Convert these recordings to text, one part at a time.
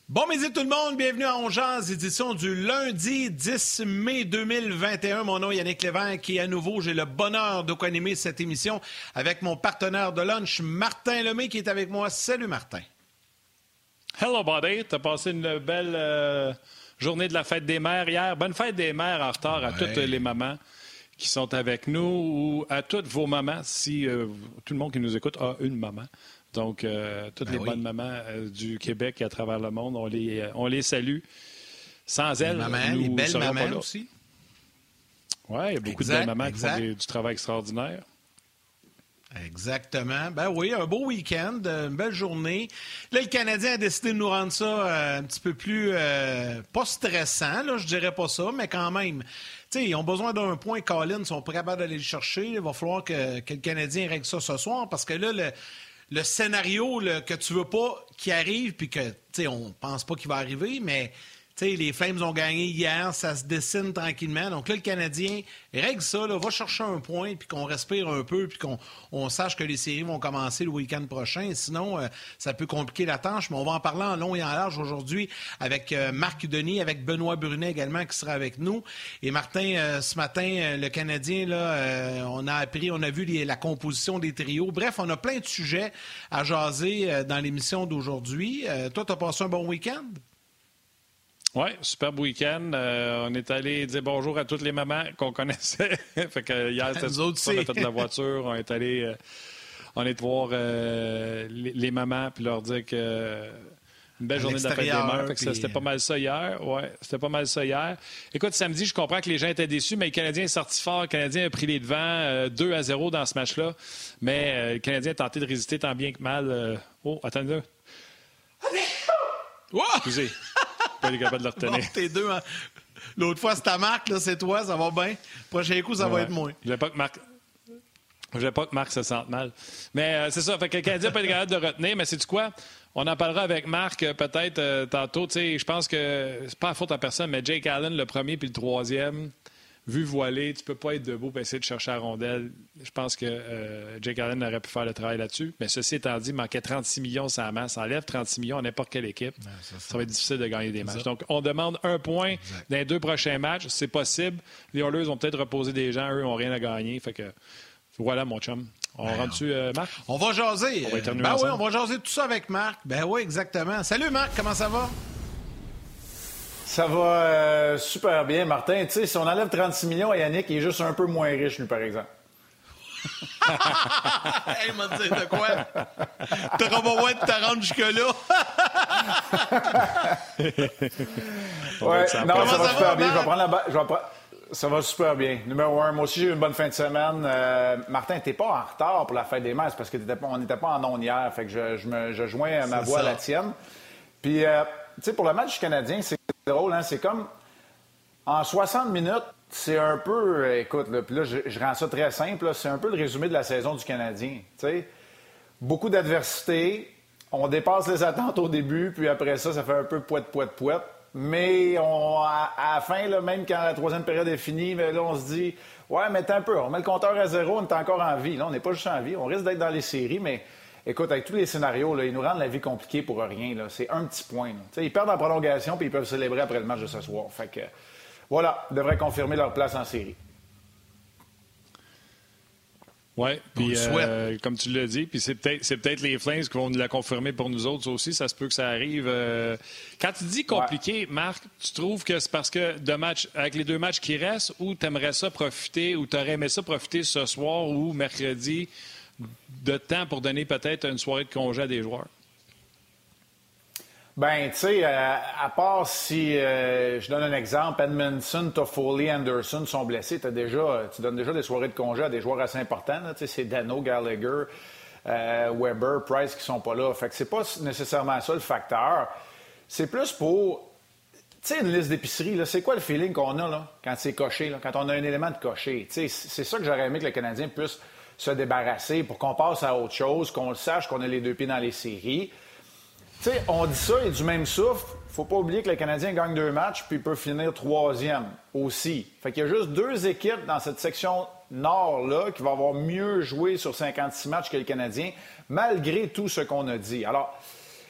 Bon midi tout le monde, bienvenue à On Jase, édition du lundi 10 mai 2021. Mon nom est Yannick Lévesque et à nouveau, j'ai le bonheur de co-animer cette émission avec mon partenaire de lunch, Martin Lemay, qui est avec moi. Salut Martin. Hello buddy, t'as passé une belle journée de la fête des mères hier. Bonne fête des mères en retard à toutes les mamans qui sont avec nous ou à toutes vos mamans, si tout le monde qui nous écoute a une maman. Donc, toutes les bonnes mamans du Québec et à travers le monde, on les salue. Sans elles, nous les belles serions mamans pas là. aussi. Oui, il y a beaucoup de belles mamans qui font du travail extraordinaire. Exactement. Ben oui, un beau week-end, une belle journée. Là, le Canadien a décidé de nous rendre ça un petit peu plus, pas stressant, là, je dirais pas ça, mais quand même. T'sais, ils ont besoin d'un point, Colin, ils sont pas capables d'aller le chercher. Il va falloir que le Canadien règle ça ce soir, parce que là, le scénario que tu veux pas qu'il arrive, puis que, on pense pas qu'il va arriver, mais les Flames ont gagné hier, ça se dessine tranquillement. Donc là, le Canadien règle ça, là, va chercher un point, puis qu'on respire un peu, puis qu'on sache que les séries vont commencer le week-end prochain. Sinon, ça peut compliquer la tâche, mais on va en parler en long et en large aujourd'hui avec Marc Denis, avec Benoît Brunet également qui sera avec nous. Et Martin, ce matin, le Canadien, là, on a vu la composition des trios. Bref, on a plein de sujets à jaser dans l'émission d'aujourd'hui. Toi, tu as passé un bon week-end? Oui, superbe week-end. On est allé dire bonjour à toutes les mamans qu'on connaissait. Fait que hier, c'était on a fait de la voiture. On est allé voir les mamans puis leur dire que une belle journée de la fête des mères. Fait que c'était pas mal ça hier. Ouais, c'était pas mal ça hier. Écoute, samedi, je comprends que les gens étaient déçus, mais le Canadien est sorti fort. Le Canadien a pris les devants 2-0 dans ce match-là. Mais le Canadien a tenté de résister tant bien que mal. Oh, attendez-le. Wow! Excusez. Pas capable de le retenir. Bon, t'es deux, hein? L'autre fois, c'est ta marque, là, c'est toi, ça va bien. Prochain coup, ça va être moins. Je voulais pas que Marc se sente mal. Mais c'est ça. Fait que le Canadien n'a pas été capable de retenir. Mais sais-tu quoi? On en parlera avec Marc peut-être tantôt. Je pense que c'est pas à faute à personne, mais Jake Allen, le premier puis le troisième, vu voilé, tu peux pas être debout et essayer de chercher la rondelle. Je pense que Jake Allen aurait pu faire le travail là-dessus. Mais ceci étant dit, il manquait 36 millions sur la masse. Ça enlève 36 millions à n'importe quelle équipe. Ouais, ça va être difficile de gagner des matchs. Donc, on demande un point dans les 2 prochains matchs. C'est possible. Les Oilers vont peut-être reposer des gens. Eux n'ont rien à gagner. Fait que voilà, mon chum. On rentre-tu, Marc? On va jaser. On va éternuer ensemble. Oui, on va jaser tout ça avec Marc. Ben oui, exactement. Salut, Marc. Comment ça va? Ça va super bien, Martin. Tu sais, si on enlève 36 millions à Yannick, il est juste un peu moins riche, lui, par exemple. Il m'a dit de quoi? T'auras pas besoin de te rendre jusque-là. Ouais, non, ça va super bien. Je vais prendre la balle. Ça va super bien. Numéro 1, moi aussi, j'ai eu une bonne fin de semaine. Martin, t'es pas en retard pour la fête des mères, c'est parce qu'on n'était pas en onde hier. Fait que je joins ma voix à la tienne. Puis, tu sais, pour le match du Canadien, c'est drôle, hein? C'est comme, en 60 minutes, c'est un peu, écoute, là, puis là, je rends ça très simple, là, c'est un peu le résumé de la saison du Canadien, tu sais. Beaucoup d'adversité, on dépasse les attentes au début, puis après ça fait un peu pouette. Mais à la fin, là, même quand la troisième période est finie, là, on se dit, ouais, mais t'es un peu, on met le compteur à 0, on est encore en vie. Là, on n'est pas juste en vie, on risque d'être dans les séries, mais écoute, avec tous les scénarios, là, ils nous rendent la vie compliquée pour rien. Là. C'est un petit point. Ils perdent en prolongation puis ils peuvent célébrer après le match de ce soir. Fait que, voilà, ils devraient confirmer leur place en série. Oui, puis comme tu l'as dit, puis c'est peut-être les Flames qui vont nous la confirmer pour nous autres aussi. Ça se peut que ça arrive. Quand tu dis compliqué, Marc, tu trouves que c'est parce que avec les 2 matchs qui restent, ou tu aimerais ça profiter, ou tu aurais aimé ça profiter ce soir ou mercredi de temps pour donner peut-être une soirée de congé à des joueurs? Ben, tu sais, à part si, je donne un exemple, Edmondson, Toffoli, Anderson sont blessés, tu donnes déjà des soirées de congé à des joueurs assez importants. Tu sais, c'est Dano, Gallagher, Weber, Price qui sont pas là. Fait que c'est pas nécessairement ça le facteur. C'est plus pour, tu sais, une liste d'épicerie, là, c'est quoi le feeling qu'on a là, quand c'est coché, là, quand on a un élément de coché? Tu sais, c'est ça que j'aurais aimé que le Canadien puisse se débarrasser pour qu'on passe à autre chose, qu'on le sache, qu'on a les 2 pieds dans les séries. Tu sais, on dit ça, il est du même souffle. Faut pas oublier que le Canadien gagne 2 matchs, puis il peut finir 3e aussi. Fait qu'il y a juste 2 équipes dans cette section nord-là qui vont avoir mieux joué sur 56 matchs que le Canadien, malgré tout ce qu'on a dit. Alors,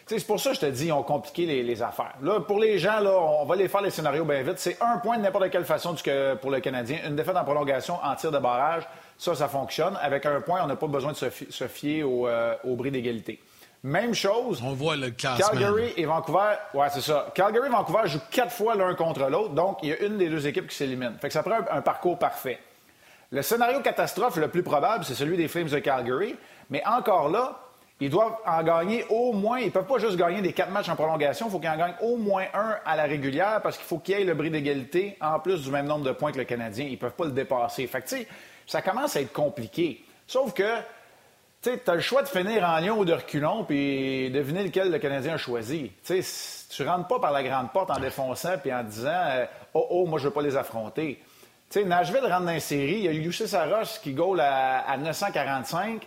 c'est pour ça que je te dis, ils ont compliqué les affaires. Là, pour les gens, là, on va les faire les scénarios bien vite. C'est un point de n'importe quelle façon pour le Canadien. Une défaite en prolongation en tir de barrage, ça fonctionne. Avec un point, on n'a pas besoin de se fier au bris d'égalité. Même chose. On voit le classement. Calgary et Vancouver. Ouais, c'est ça. Calgary et Vancouver jouent 4 fois l'un contre l'autre. Donc, il y a une des deux équipes qui s'élimine. Fait que ça prend un parcours parfait. Le scénario catastrophe le plus probable, c'est celui des Flames de Calgary. Mais encore là, ils doivent en gagner au moins. Ils ne peuvent pas juste gagner des 4 matchs en prolongation. Il faut qu'ils en gagnent au moins un à la régulière parce qu'il faut qu'il y ait le bris d'égalité en plus du même nombre de points que le Canadien. Ils ne peuvent pas le dépasser. Fait que, tu sais, ça commence à être compliqué. Sauf que, tu sais, tu as le choix de finir en lion ou de reculon puis deviner lequel le Canadien a choisi. Tu sais, tu rentres pas par la grande porte en défonçant puis en disant moi, je veux pas les affronter. Tu sais, Nashville rentre dans une série. Il y a Jussi Saros qui goal à 945.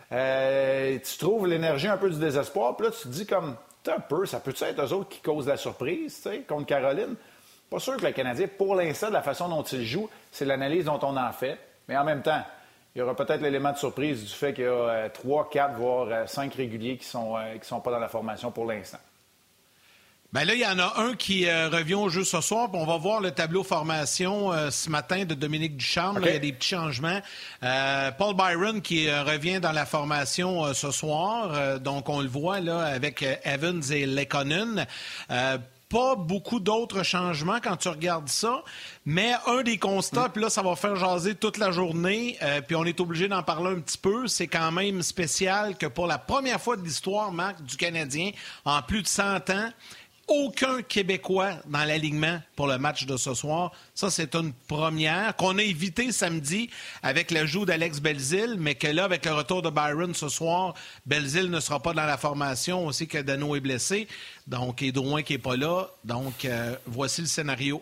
Tu trouves l'énergie un peu du désespoir. Puis là, tu te dis comme, un peu, ça peut-tu être eux autres qui causent la surprise, tu sais, contre Caroline? Pas sûr que le Canadien, pour l'instant, de la façon dont il joue, c'est l'analyse dont on en fait. Mais en même temps, il y aura peut-être l'élément de surprise du fait qu'il y a 3, 4, voire 5 réguliers qui sont pas dans la formation pour l'instant. Bien là, il y en a un qui revient au jeu ce soir. Puis on va voir le tableau formation ce matin de Dominique Ducharme. Okay. Là, il y a des petits changements. Paul Byron qui revient dans la formation ce soir. Donc, on le voit là avec Evans et Lekonen. Pas beaucoup d'autres changements quand tu regardes ça, mais un des constats, puis là, ça va faire jaser toute la journée, puis on est obligé d'en parler un petit peu, c'est quand même spécial que pour la première fois de l'histoire, Marc, du Canadien, en plus de 100 ans, aucun Québécois dans l'alignement pour le match de ce soir. Ça, c'est une première qu'on a évité samedi avec l'ajout d'Alex Belzile, mais que là, avec le retour de Byron ce soir, Belzile ne sera pas dans la formation. On sait que Dano est blessé, donc et Drouin qui n'est pas là. Donc, voici le scénario.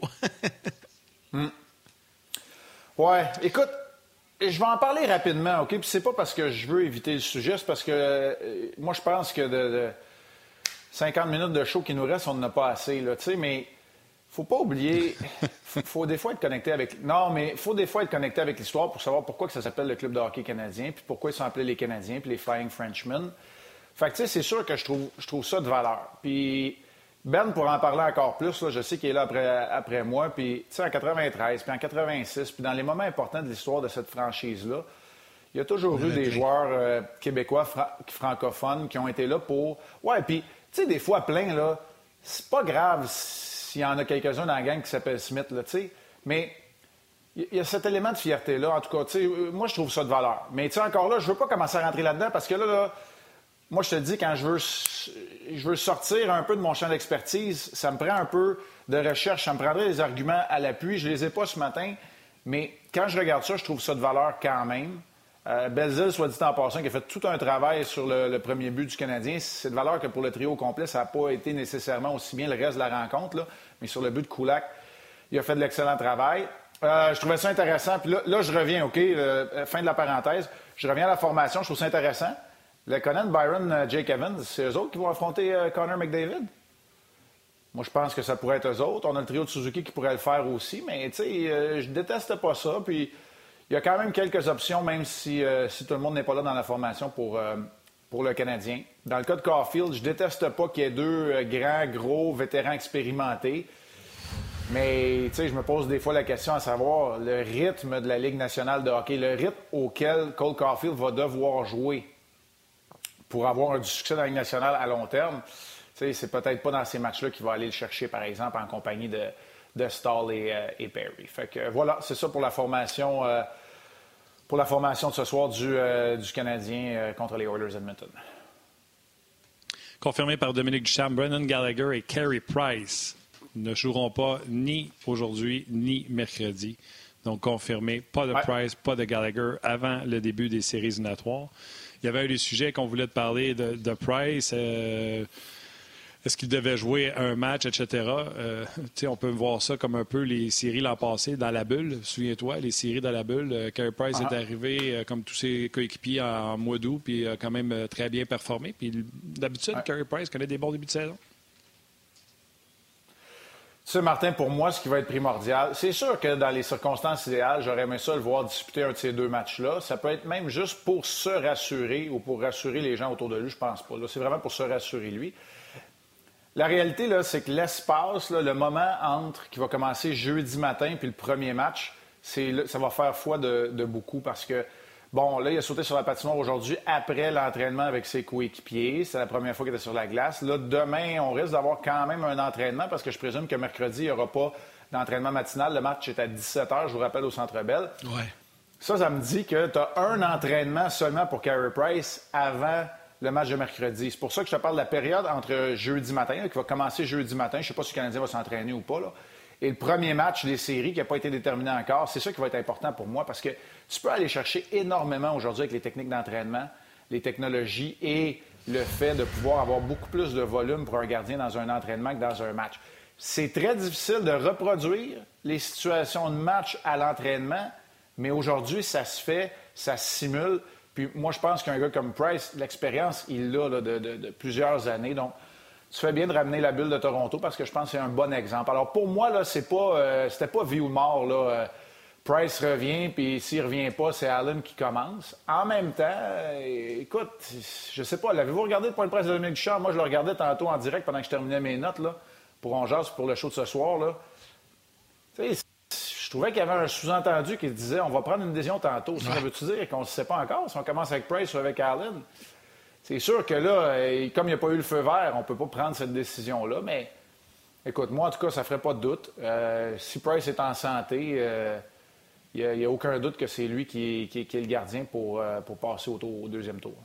Ouais, écoute, je vais en parler rapidement, OK? Puis c'est pas parce que je veux éviter le sujet, c'est parce que moi, je pense que de 50 minutes de show qui nous reste, on n'en a pas assez, là, tu sais, mais faut pas oublier, faut des fois être connecté avec... Non, mais faut des fois être connecté avec l'histoire pour savoir pourquoi que ça s'appelle le Club de hockey canadien, puis pourquoi ils sont appelés les Canadiens, puis les Flying Frenchmen. Fait que, tu sais, c'est sûr que je trouve ça de valeur. Puis Ben pourra en parler encore plus, là, je sais qu'il est là après moi, puis, tu sais, en 93, puis en 86, puis dans les moments importants de l'histoire de cette franchise-là, il y a toujours eu des joueurs québécois francophones qui ont été là pour... Ouais, puis... Tu sais, des fois, plein, là, c'est pas grave s'il y en a quelques-uns dans la gang qui s'appelle Smith, là, tu sais, mais il y a cet élément de fierté-là, en tout cas, tu sais, moi, je trouve ça de valeur. Mais, tu sais, encore là, je veux pas commencer à rentrer là-dedans parce que là, moi, je te dis, quand je veux sortir un peu de mon champ d'expertise, ça me prend un peu de recherche, ça me prendrait des arguments à l'appui. Je les ai pas ce matin, mais quand je regarde ça, je trouve ça de valeur quand même. Belzile, soit dit en passant, qui a fait tout un travail sur le premier but du Canadien. C'est de valeur que pour le trio au complet, ça n'a pas été nécessairement aussi bien le reste de la rencontre, là. Mais sur le but de Kulak, il a fait de l'excellent travail. Je trouvais ça intéressant. Puis là, je reviens, OK, fin de la parenthèse. Je reviens à la formation, je trouve ça intéressant. Le Conan, Byron, Jake Evans, c'est eux autres qui vont affronter Connor McDavid? Moi, je pense que ça pourrait être eux autres. On a le trio de Suzuki qui pourrait le faire aussi, mais tu sais, je déteste pas ça. Puis il y a quand même quelques options, même si tout le monde n'est pas là dans la formation pour le Canadien. Dans le cas de Caulfield, je déteste pas qu'il y ait deux grands, gros vétérans expérimentés. Mais, tu sais, je me pose des fois la question à savoir le rythme de la Ligue nationale de hockey, le rythme auquel Cole Caulfield va devoir jouer pour avoir du succès dans la Ligue nationale à long terme. Tu sais, c'est peut-être pas dans ces matchs-là qu'il va aller le chercher, par exemple, en compagnie de Stahl et Perry. Fait que voilà, c'est ça pour la formation de ce soir du Canadien contre les Oilers Edmonton. Confirmé par Dominique Ducharme, Brendan Gallagher et Carey Price ne joueront pas ni aujourd'hui ni mercredi. Donc confirmé, pas de Price, pas de Gallagher avant le début des séries éliminatoires. Il y avait un des sujets qu'on voulait te parler de Price. Est-ce qu'il devait jouer un match, etc. On peut voir ça comme un peu les séries l'an passé dans la bulle. Souviens-toi, les séries dans la bulle. Carey Price est arrivé comme tous ses coéquipiers en mois d'août, puis a quand même très bien performé. Puis d'habitude, Carey Price connaît des bons débuts de saison. sais, Martin, pour moi, ce qui va être primordial, c'est sûr que dans les circonstances idéales, j'aurais aimé ça le voir disputer un de ces 2 matchs-là. Ça peut être même juste pour se rassurer ou pour rassurer les gens autour de lui, je pense pas. Là, c'est vraiment pour se rassurer lui. La réalité, là, c'est que l'espace, là, le moment entre qui va commencer jeudi matin puis le premier match, ça va faire foi de beaucoup parce que, bon, là, il a sauté sur la patinoire aujourd'hui après l'entraînement avec ses coéquipiers. C'est la première fois qu'il était sur la glace. Là, demain, on risque d'avoir quand même un entraînement parce que je présume que mercredi, il n'y aura pas d'entraînement matinal. Le match est à 17h, je vous rappelle, au Centre Bell. Ouais. Ça me dit que tu as un entraînement seulement pour Carey Price avant le match de mercredi. C'est pour ça que je te parle de la période entre jeudi matin, là, qui va commencer jeudi matin. Je ne sais pas si le Canadien va s'entraîner ou pas, là. Et le premier match des séries qui n'a pas été déterminé encore, c'est ça qui va être important pour moi parce que tu peux aller chercher énormément aujourd'hui avec les techniques d'entraînement, les technologies et le fait de pouvoir avoir beaucoup plus de volume pour un gardien dans un entraînement que dans un match. C'est très difficile de reproduire les situations de match à l'entraînement, mais aujourd'hui, ça se fait, ça se simule. Puis moi, je pense qu'un gars comme Price, l'expérience, il l'a là, de plusieurs années. Donc, tu fais bien de ramener la bulle de Toronto parce que je pense que c'est un bon exemple. Alors, pour moi, là, c'était pas vie ou mort. Là. Price revient, puis s'il ne revient pas, c'est Allen qui commence. En même temps, écoute, je sais pas, l'avez-vous regardé le point de presse de Dominique Ducharme? Moi, je le regardais tantôt en direct pendant que je terminais mes notes là, pour On jase pour le show de ce soir. Là. Tu sais, je trouvais qu'il y avait un sous-entendu qui disait on va prendre une décision tantôt. Ça veut-tu dire qu'on ne sait pas encore si on commence avec Price ou avec Allen? C'est sûr que là, comme il n'y a pas eu le feu vert, on ne peut pas prendre cette décision-là. Mais écoute, moi, en tout cas, ça ne ferait pas de doute. Si Price est en santé, il n'y a aucun doute que c'est lui qui est le gardien pour passer au deuxième tour.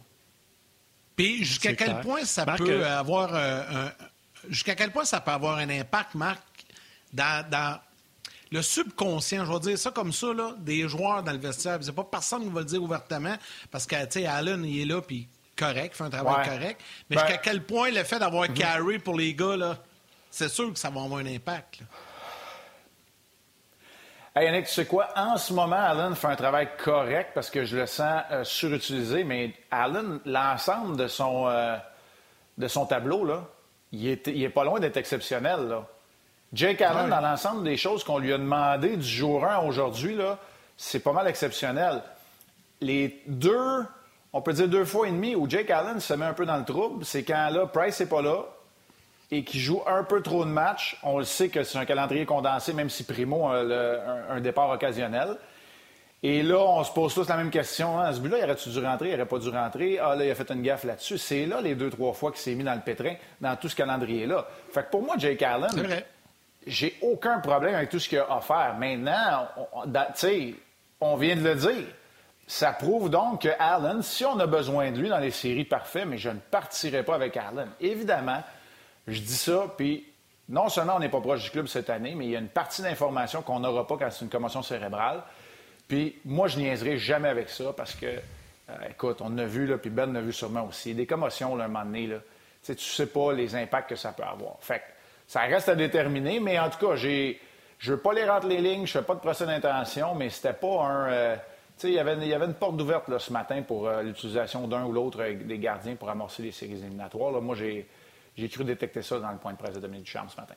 Puis jusqu'à quel point ça peut avoir jusqu'à quel point ça peut avoir un impact, Marc, dans le subconscient, je vais dire ça comme ça, là, des joueurs dans le vestiaire. C'est pas personne qui va le dire ouvertement parce que, tu sais, Allen, il est là, puis correct, fait un travail correct. Mais jusqu'à quel point le fait d'avoir Carey pour les gars, là, c'est sûr que ça va avoir un impact. Là. Hey Yannick, tu sais quoi? En ce moment, Allen fait un travail correct parce que je le sens surutilisé, mais Allen, l'ensemble de son tableau, là, il est pas loin d'être exceptionnel. Là. Jake Allen, dans l'ensemble des choses qu'on lui a demandé du jour 1 aujourd'hui, là, c'est pas mal exceptionnel. Les deux, on peut dire 2 fois et demi, où Jake Allen se met un peu dans le trouble, c'est quand là, Price n'est pas là et qu'il joue un peu trop de matchs. On le sait que c'est un calendrier condensé, même si Primo a un départ occasionnel. Et là, on se pose tous la même question. Hein? Ce but-là, il aurait-tu dû rentrer? Il n'aurait pas dû rentrer. Ah, là, il a fait une gaffe là-dessus. C'est là les 2-3 fois qu'il s'est mis dans le pétrin, dans tout ce calendrier-là. Fait que pour moi, Jake Allen, c'est vrai. J'ai aucun problème avec tout ce qu'il a offert. Maintenant, tu sais, on vient de le dire. Ça prouve donc que Allen, si on a besoin de lui dans les séries, parfait, mais je ne partirai pas avec Allen. Évidemment, je dis ça, puis non seulement on n'est pas proche du club cette année, mais il y a une partie d'information qu'on n'aura pas quand c'est une commotion cérébrale. Puis moi, je niaiserai jamais avec ça parce que, écoute, on a vu, là, puis Ben l'a vu sûrement aussi, des commotions, là, un moment donné, là, tu sais pas les impacts que ça peut avoir. Fait que ça reste à déterminer, mais en tout cas, je veux pas les rentrer les lignes, je fais pas de procès d'intention, mais c'était pas un... tu sais, il y avait une porte ouverte là, ce matin pour l'utilisation d'un ou l'autre des gardiens pour amorcer les séries éliminatoires. Là. Moi, j'ai cru détecter ça dans le point de presse de Dominique Ducharme ce matin.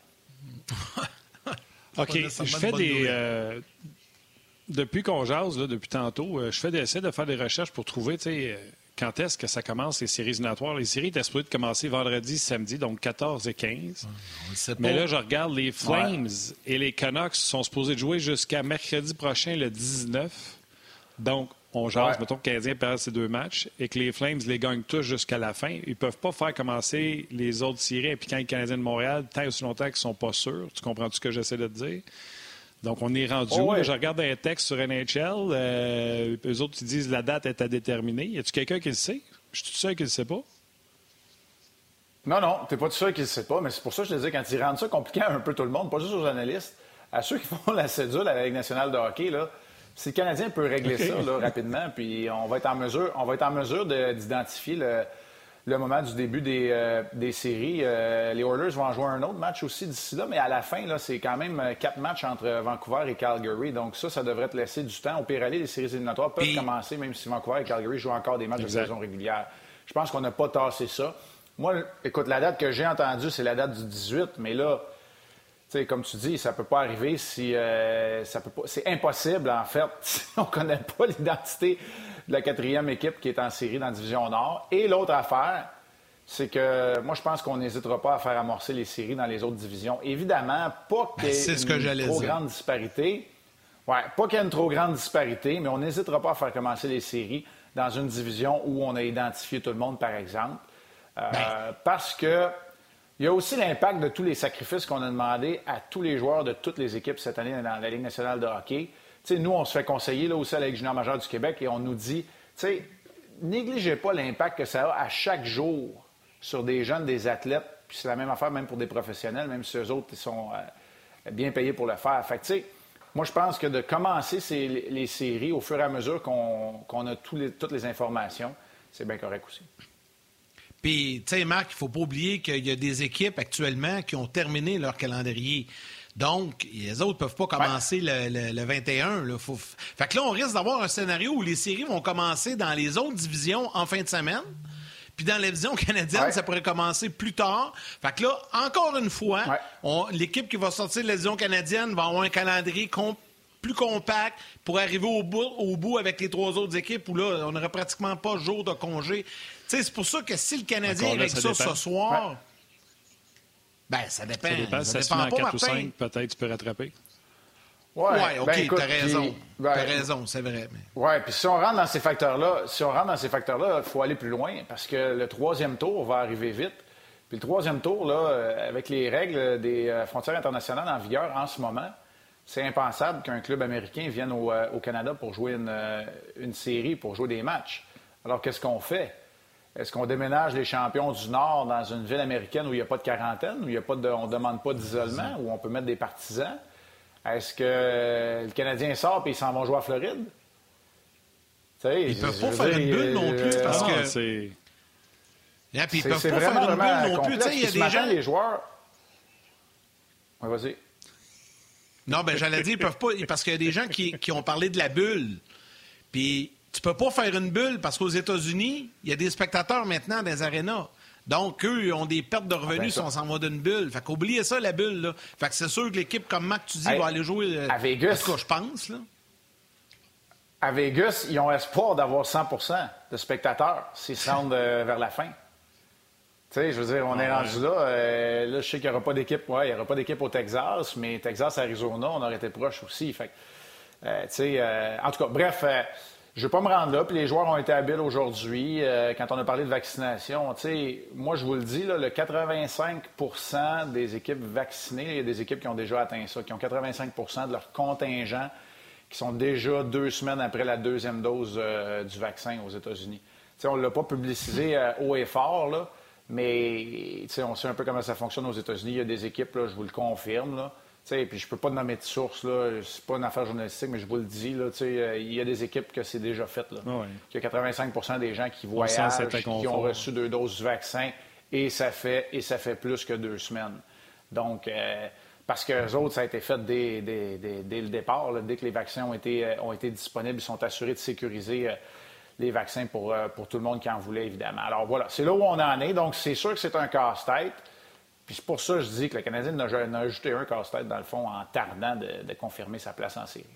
OK, je fais des... depuis qu'on jase, là, depuis tantôt, je fais des essais de faire des recherches pour trouver, tu sais... quand est-ce que ça commence, les séries éliminatoires? Les séries étaient supposées de commencer vendredi, samedi, donc 14 et 15. Mais là, je regarde les Flames et les Canucks sont supposés de jouer jusqu'à mercredi prochain, le 19. Donc, on jase, mettons que le Canadien perd ces 2 matchs et que les Flames les gagnent tous jusqu'à la fin. Ils ne peuvent pas faire commencer les autres séries impliquant les Canadiens de Montréal tant et aussi longtemps qu'ils ne sont pas sûrs. Tu comprends-tu ce que j'essaie de te dire? Donc, on est rendu où? Là, je regarde un texte sur NHL. Eux autres, ils disent la date est à déterminer. Y a-tu quelqu'un qui le sait? Je suis tout seul qui ne le sait pas? Non, t'es pas tout seul qui ne le sait pas, mais c'est pour ça que je te dis, quand ils rendent ça compliqué à un peu tout le monde, pas juste aux analystes, à ceux qui font la cédule à la Ligue nationale de hockey, là, si le Canadien peut régler ça là, rapidement, puis on va être en mesure d'identifier le moment du début des séries. Les Oilers vont en jouer un autre match aussi d'ici là, mais à la fin, là, c'est quand même 4 matchs entre Vancouver et Calgary. Donc ça devrait te laisser du temps. Au pire aller, les séries éliminatoires peuvent commencer, même si Vancouver et Calgary jouent encore des matchs de saison régulière. Je pense qu'on n'a pas tassé ça. Moi, écoute, la date que j'ai entendue, c'est la date du 18, mais là, sais, comme tu dis, ça ne peut pas arriver si... c'est impossible, en fait, si on ne connaît pas l'identité de la 4e équipe qui est en série dans la Division Nord. Et l'autre affaire, c'est que moi, je pense qu'on n'hésitera pas à faire amorcer les séries dans les autres divisions. Évidemment, pas qu'il y ait une trop grande disparité. Oui, pas qu'il y ait une trop grande disparité, mais on n'hésitera pas à faire commencer les séries dans une division où on a identifié tout le monde, par exemple. Parce que il y a aussi l'impact de tous les sacrifices qu'on a demandé à tous les joueurs de toutes les équipes cette année dans la Ligue nationale de hockey. T'sais, nous, on se fait conseiller là aussi à la Ligue junior majeure du Québec et on nous dit, négligez pas l'impact que ça a à chaque jour sur des jeunes, des athlètes. Puis c'est la même affaire même pour des professionnels, même si eux autres ils sont bien payés pour le faire. Fait que, moi, je pense que de commencer les séries au fur et à mesure qu'on a toutes les informations, c'est bien correct aussi. Puis, tu sais, Marc, il ne faut pas oublier qu'il y a des équipes actuellement qui ont terminé leur calendrier. Donc, les autres ne peuvent pas commencer le 21. Là. Fait que là, on risque d'avoir un scénario où les séries vont commencer dans les autres divisions en fin de semaine. Puis dans la division canadienne, ça pourrait commencer plus tard. Fait que là, encore une fois, l'équipe qui va sortir de la division canadienne va avoir un calendrier plus compact pour arriver au bout avec les 3 autres équipes où là, on n'aurait pratiquement pas jour de congé. C'est pour ça que si le Canadien règle ça ce soir, ça dépend. Ça dépend pas, 4 ou 5, peut-être tu peux rattraper. Oui, OK, t'as raison. T'as raison, c'est vrai. Mais... Oui, puis si on rentre dans ces facteurs-là, il faut aller plus loin parce que le 3e tour va arriver vite. Puis le 3e tour, là, avec les règles des frontières internationales en vigueur en ce moment, c'est impensable qu'un club américain vienne au Canada pour jouer une série, pour jouer des matchs. Alors, qu'est-ce qu'on fait? Est-ce qu'on déménage les champions du Nord dans une ville américaine où il n'y a pas de quarantaine, où on ne demande pas d'isolement, où on peut mettre des partisans? Est-ce que le Canadien sort et ils s'en vont jouer à Floride? Ils ne peuvent pas faire une bulle non plus parce que... Puis ils peuvent pas faire une bulle non plus. Il y a des gens... les joueurs... Oui, vas-y. Non, j'allais dire, ils peuvent pas... Parce qu'il y a des gens qui ont parlé de la bulle. Puis... Tu peux pas faire une bulle parce qu'aux États-Unis, il y a des spectateurs maintenant dans les arénas. Donc, eux, ils ont des pertes de revenus si on s'en va d'une bulle. Fait qu'oubliez ça, la bulle, là. Fait que c'est sûr que l'équipe, comme Marc, tu dis, va aller jouer... à Vegas. En tout cas, je pense, là. À Vegas, ils ont espoir d'avoir 100 de spectateurs s'ils se rendent vers la fin. Tu sais, je veux dire, on est rendu là. Là, je sais qu'il n'y aura pas d'équipe. Il n'y aura pas d'équipe au Texas, mais Texas-Arizona, on aurait été proche aussi. Fait que, tu sais, en tout cas, bref... je ne veux pas me rendre là, puis les joueurs ont été habiles aujourd'hui. Quand on a parlé de vaccination, moi, je vous le dis, là, le 85 des équipes vaccinées, il y a des équipes qui ont déjà atteint ça, qui ont 85 de leur contingent qui sont déjà 2 semaines après la 2e dose du vaccin aux États-Unis. On ne l'a pas publicisé haut et fort, là, mais on sait un peu comment ça fonctionne aux États-Unis. Il y a des équipes, là, je vous le confirme, là, puis je peux pas nommer de source, là, c'est pas une affaire journalistique, mais je vous le dis, là, il y a des équipes que c'est déjà fait. Là. Il y a 85 des gens qui voyagent, qui ont reçu 2 doses du vaccin, et ça fait plus que 2 semaines. Donc, parce qu'eux autres, ça a été fait dès le départ, là, dès que les vaccins ont été disponibles, ils sont assurés de sécuriser les vaccins pour tout le monde qui en voulait, évidemment. Alors voilà, c'est là où on en est. Donc, c'est sûr que c'est un casse-tête. Puis c'est pour ça que je dis que le Canadien en a ajouté un casse-tête, dans le fond, en tardant de confirmer sa place en série.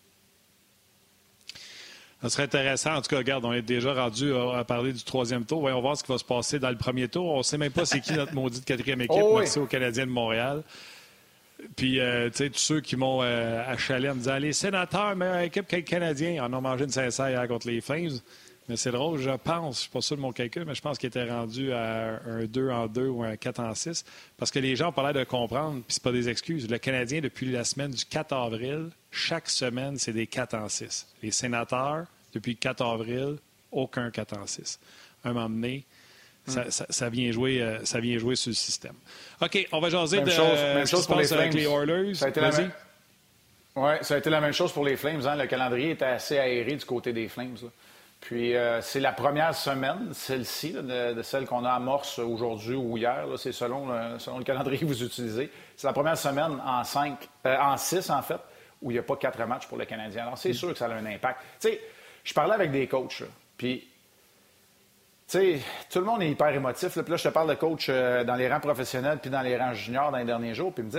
Ça serait intéressant. En tout cas, regarde, on est déjà rendu à parler du 3e tour. Voyons voir ce qui va se passer dans le premier tour. On ne sait même pas c'est qui notre maudite 4e équipe. Merci aux Canadiens de Montréal. Puis, tu sais, tous ceux qui m'ont achalé en me disant « Les Sénateurs, meilleure équipe que les Canadiens. » En ont mangé une sincère hier contre les Flames. Mais c'est drôle, je pense, je ne suis pas sûr de mon calcul, mais je pense qu'il était rendu à un 2-2 ou un 4-6. Parce que les gens ont pas l'air de comprendre, puis c'est pas des excuses. Le Canadien, depuis la semaine du 4 avril, chaque semaine, c'est des 4-6. Les Sénateurs, depuis le 4 avril, aucun 4-6. Un moment donné, ça vient jouer sur le système. OK, on va jaser de ce qui se passe avec les Oilers. Oui, ça a été la même chose pour les Flames. Hein? Le calendrier était assez aéré du côté des Flames, là. Puis, c'est la première semaine, celle-ci, là, de celle qu'on a amorce aujourd'hui ou hier. Là, c'est selon le calendrier que vous utilisez. C'est la première semaine en 6, en fait, où il n'y a pas 4 matchs pour le Canadien. Alors, c'est sûr que ça a un impact. Tu sais, je parlais avec des coachs, là, puis, tu sais, tout le monde est hyper émotif. Là, puis là, je te parle de coach dans les rangs professionnels puis dans les rangs juniors dans les derniers jours. Puis il me disait,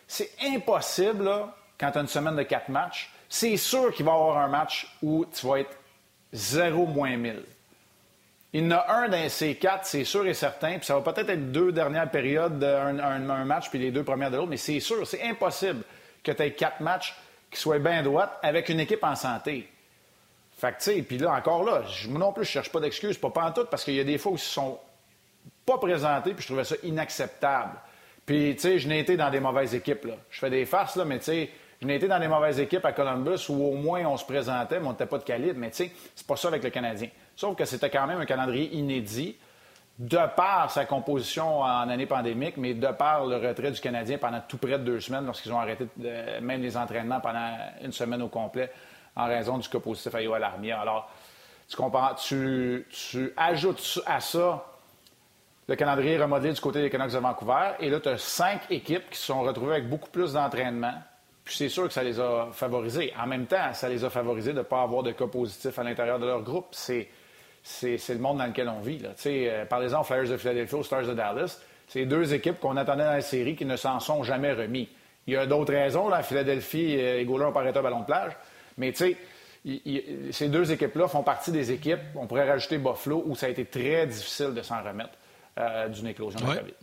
C'est impossible, là, quand tu as une semaine de 4 matchs. C'est sûr qu'il va y avoir un match où tu vas être 0 moins 1000. Il y en a un dans ces 4, c'est sûr et certain. Puis ça va peut-être être 2 dernières périodes, un match, puis les 2 premières de l'autre. Mais c'est sûr, c'est impossible que tu aies 4 matchs qui soient bien droites avec une équipe en santé. Fait que, tu sais, puis là, encore là, moi non plus, je cherche pas d'excuses, pas en tout, parce qu'il y a des fois où ils se sont pas présentés, puis je trouvais ça inacceptable. Puis, tu sais, je n'ai été dans des mauvaises équipes, là. Je fais des farces, là, mais tu sais, je n'ai été dans des mauvaises équipes à Columbus où au moins on se présentait, mais on n'était pas de calibre. Mais tu sais, c'est pas ça avec le Canadien. Sauf que c'était quand même un calendrier inédit, de par sa composition en année pandémique, mais de par le retrait du Canadien pendant tout près de 2 semaines, lorsqu'ils ont arrêté même les entraînements pendant une semaine au complet, en raison du cas positif à Yoel Armia. Alors, tu comprends, tu ajoutes à ça le calendrier remodelé du côté des Canucks de Vancouver, et là, tu as 5 équipes qui se sont retrouvées avec beaucoup plus d'entraînement. Puis c'est sûr que ça les a favorisés. En même temps, ça les a favorisés de ne pas avoir de cas positifs à l'intérieur de leur groupe. C'est le monde dans lequel on vit. Parlez-en aux Flyers de Philadelphie, aux Stars de Dallas. C'est 2 équipes qu'on attendait dans la série qui ne s'en sont jamais remis. Il y a d'autres raisons. Là, Philadelphie, les Gauleurs ont pas arrêté un ballon de plage. Mais tu sais, ces 2 équipes-là font partie des équipes, on pourrait rajouter Buffalo, où ça a été très difficile de s'en remettre d'une éclosion de COVID.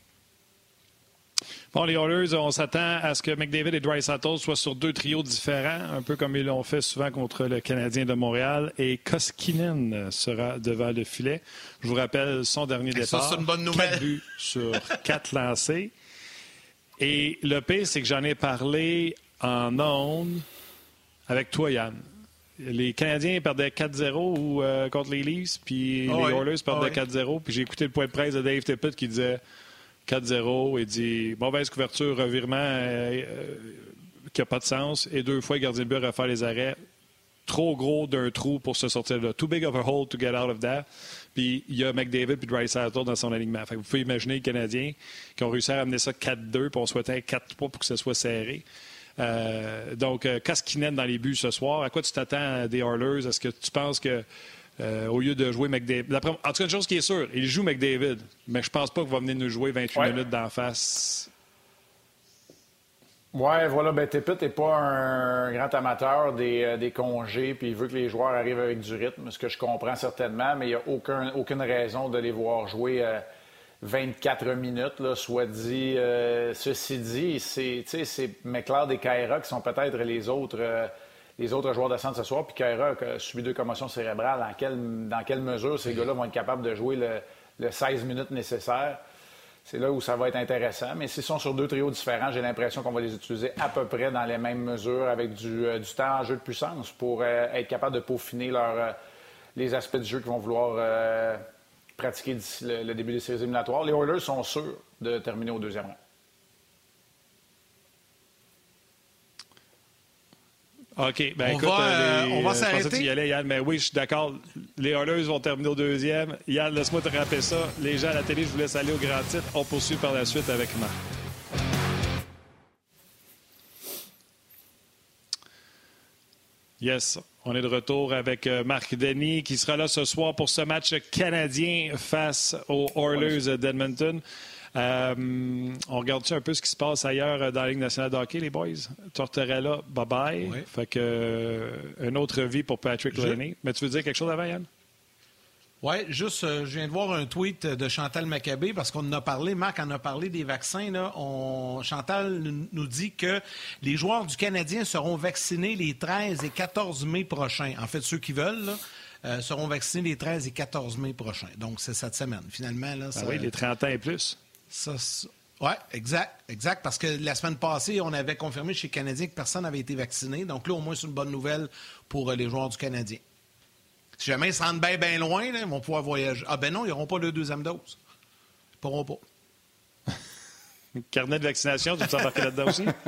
Bon, les Oilers, on s'attend à ce que McDavid et Draisaitl soient sur 2 trios différents, un peu comme ils l'ont fait souvent contre le Canadien de Montréal. Et Koskinen sera devant le filet. Je vous rappelle son dernier départ. Ça, c'est une bonne nouvelle. 4 buts sur 4 lancés. Et le pire, c'est que j'en ai parlé en ondes avec toi, Yann. Les Canadiens perdaient 4-0 contre les Leafs, puis les Oilers perdaient 4-0. Puis j'ai écouté le point de presse de Dave Tippett qui disait 4-0, il dit mauvaise couverture, revirement qui n'a pas de sens, et 2 fois, le gardien de but a refait les arrêts. Trop gros d'un trou pour se sortir de là. Too big of a hole to get out of that. Puis il y a McDavid et Draisaitl dans son alignement. Fait que vous pouvez imaginer les Canadiens qui ont réussi à ramener ça 4-2, puis on souhaitait 4-3 pour que ce soit serré. Donc, Koskinen dans les buts ce soir. À quoi tu t'attends des Oilers? Est-ce que tu penses que au lieu de jouer McDavid... En tout cas, une chose qui est sûre, il joue McDavid, mais je pense pas qu'il va venir nous jouer 28 minutes d'en face. Ouais, voilà, ben Tippett n'est pas un grand amateur des congés, puis il veut que les joueurs arrivent avec du rythme, ce que je comprends certainement, mais il n'y a aucune raison de les voir jouer 24 minutes, là, soit dit. Ceci dit, c'est McLeod et Kaira qui sont peut-être les autres joueurs de centre ce soir, puis Kaira a subi 2 commotions cérébrales. Dans quelle mesure ces gars-là vont être capables de jouer le 16 minutes nécessaire? C'est là où ça va être intéressant. Mais s'ils sont sur 2 trios différents, j'ai l'impression qu'on va les utiliser à peu près dans les mêmes mesures, avec du temps en jeu de puissance pour être capable de peaufiner les aspects du jeu qu'ils vont vouloir pratiquer d'ici le début des séries éliminatoires. Les Oilers sont sûrs de terminer au 2e rang. OK. Ben, on va s'arrêter. Je pensais que tu y allais, Yann, mais oui, je suis d'accord. Les Oilers vont terminer au 2e. Yann, laisse-moi te rappeler ça. Les gens à la télé, je vous laisse aller au grand titre. On poursuit par la suite avec Marc. Yes, on est de retour avec Marc Denis qui sera là ce soir pour ce match canadien face aux Oilers d'Edmonton. On regarde-tu un peu ce qui se passe ailleurs dans la Ligue nationale de hockey, les boys? Tortorella, bye-bye. Oui. Fait que une autre vie pour Patrick Laine. Mais tu veux dire quelque chose avant, Yann? Oui, juste, je viens de voir un tweet de Chantal Maccabé parce qu'on en a parlé, Marc en a parlé des vaccins. Là. Chantal nous dit que les joueurs du Canadien seront vaccinés les 13 et 14 mai prochains. En fait, ceux qui veulent, là, seront vaccinés les 13 et 14 mai prochains. Donc, c'est cette semaine. Finalement, là, oui, les 30 ans et plus. Oui, exact. Parce que la semaine passée, on avait confirmé chez les Canadiens que personne n'avait été vacciné. Donc là, au moins, c'est une bonne nouvelle pour les joueurs du Canadien. Si jamais ils se rendent bien loin, là, ils vont pouvoir voyager. Ah ben non, ils n'auront pas le 2e dose. Ils ne pourront pas. Carnet de vaccination, tu veux t'embarquer là-dedans aussi? Non,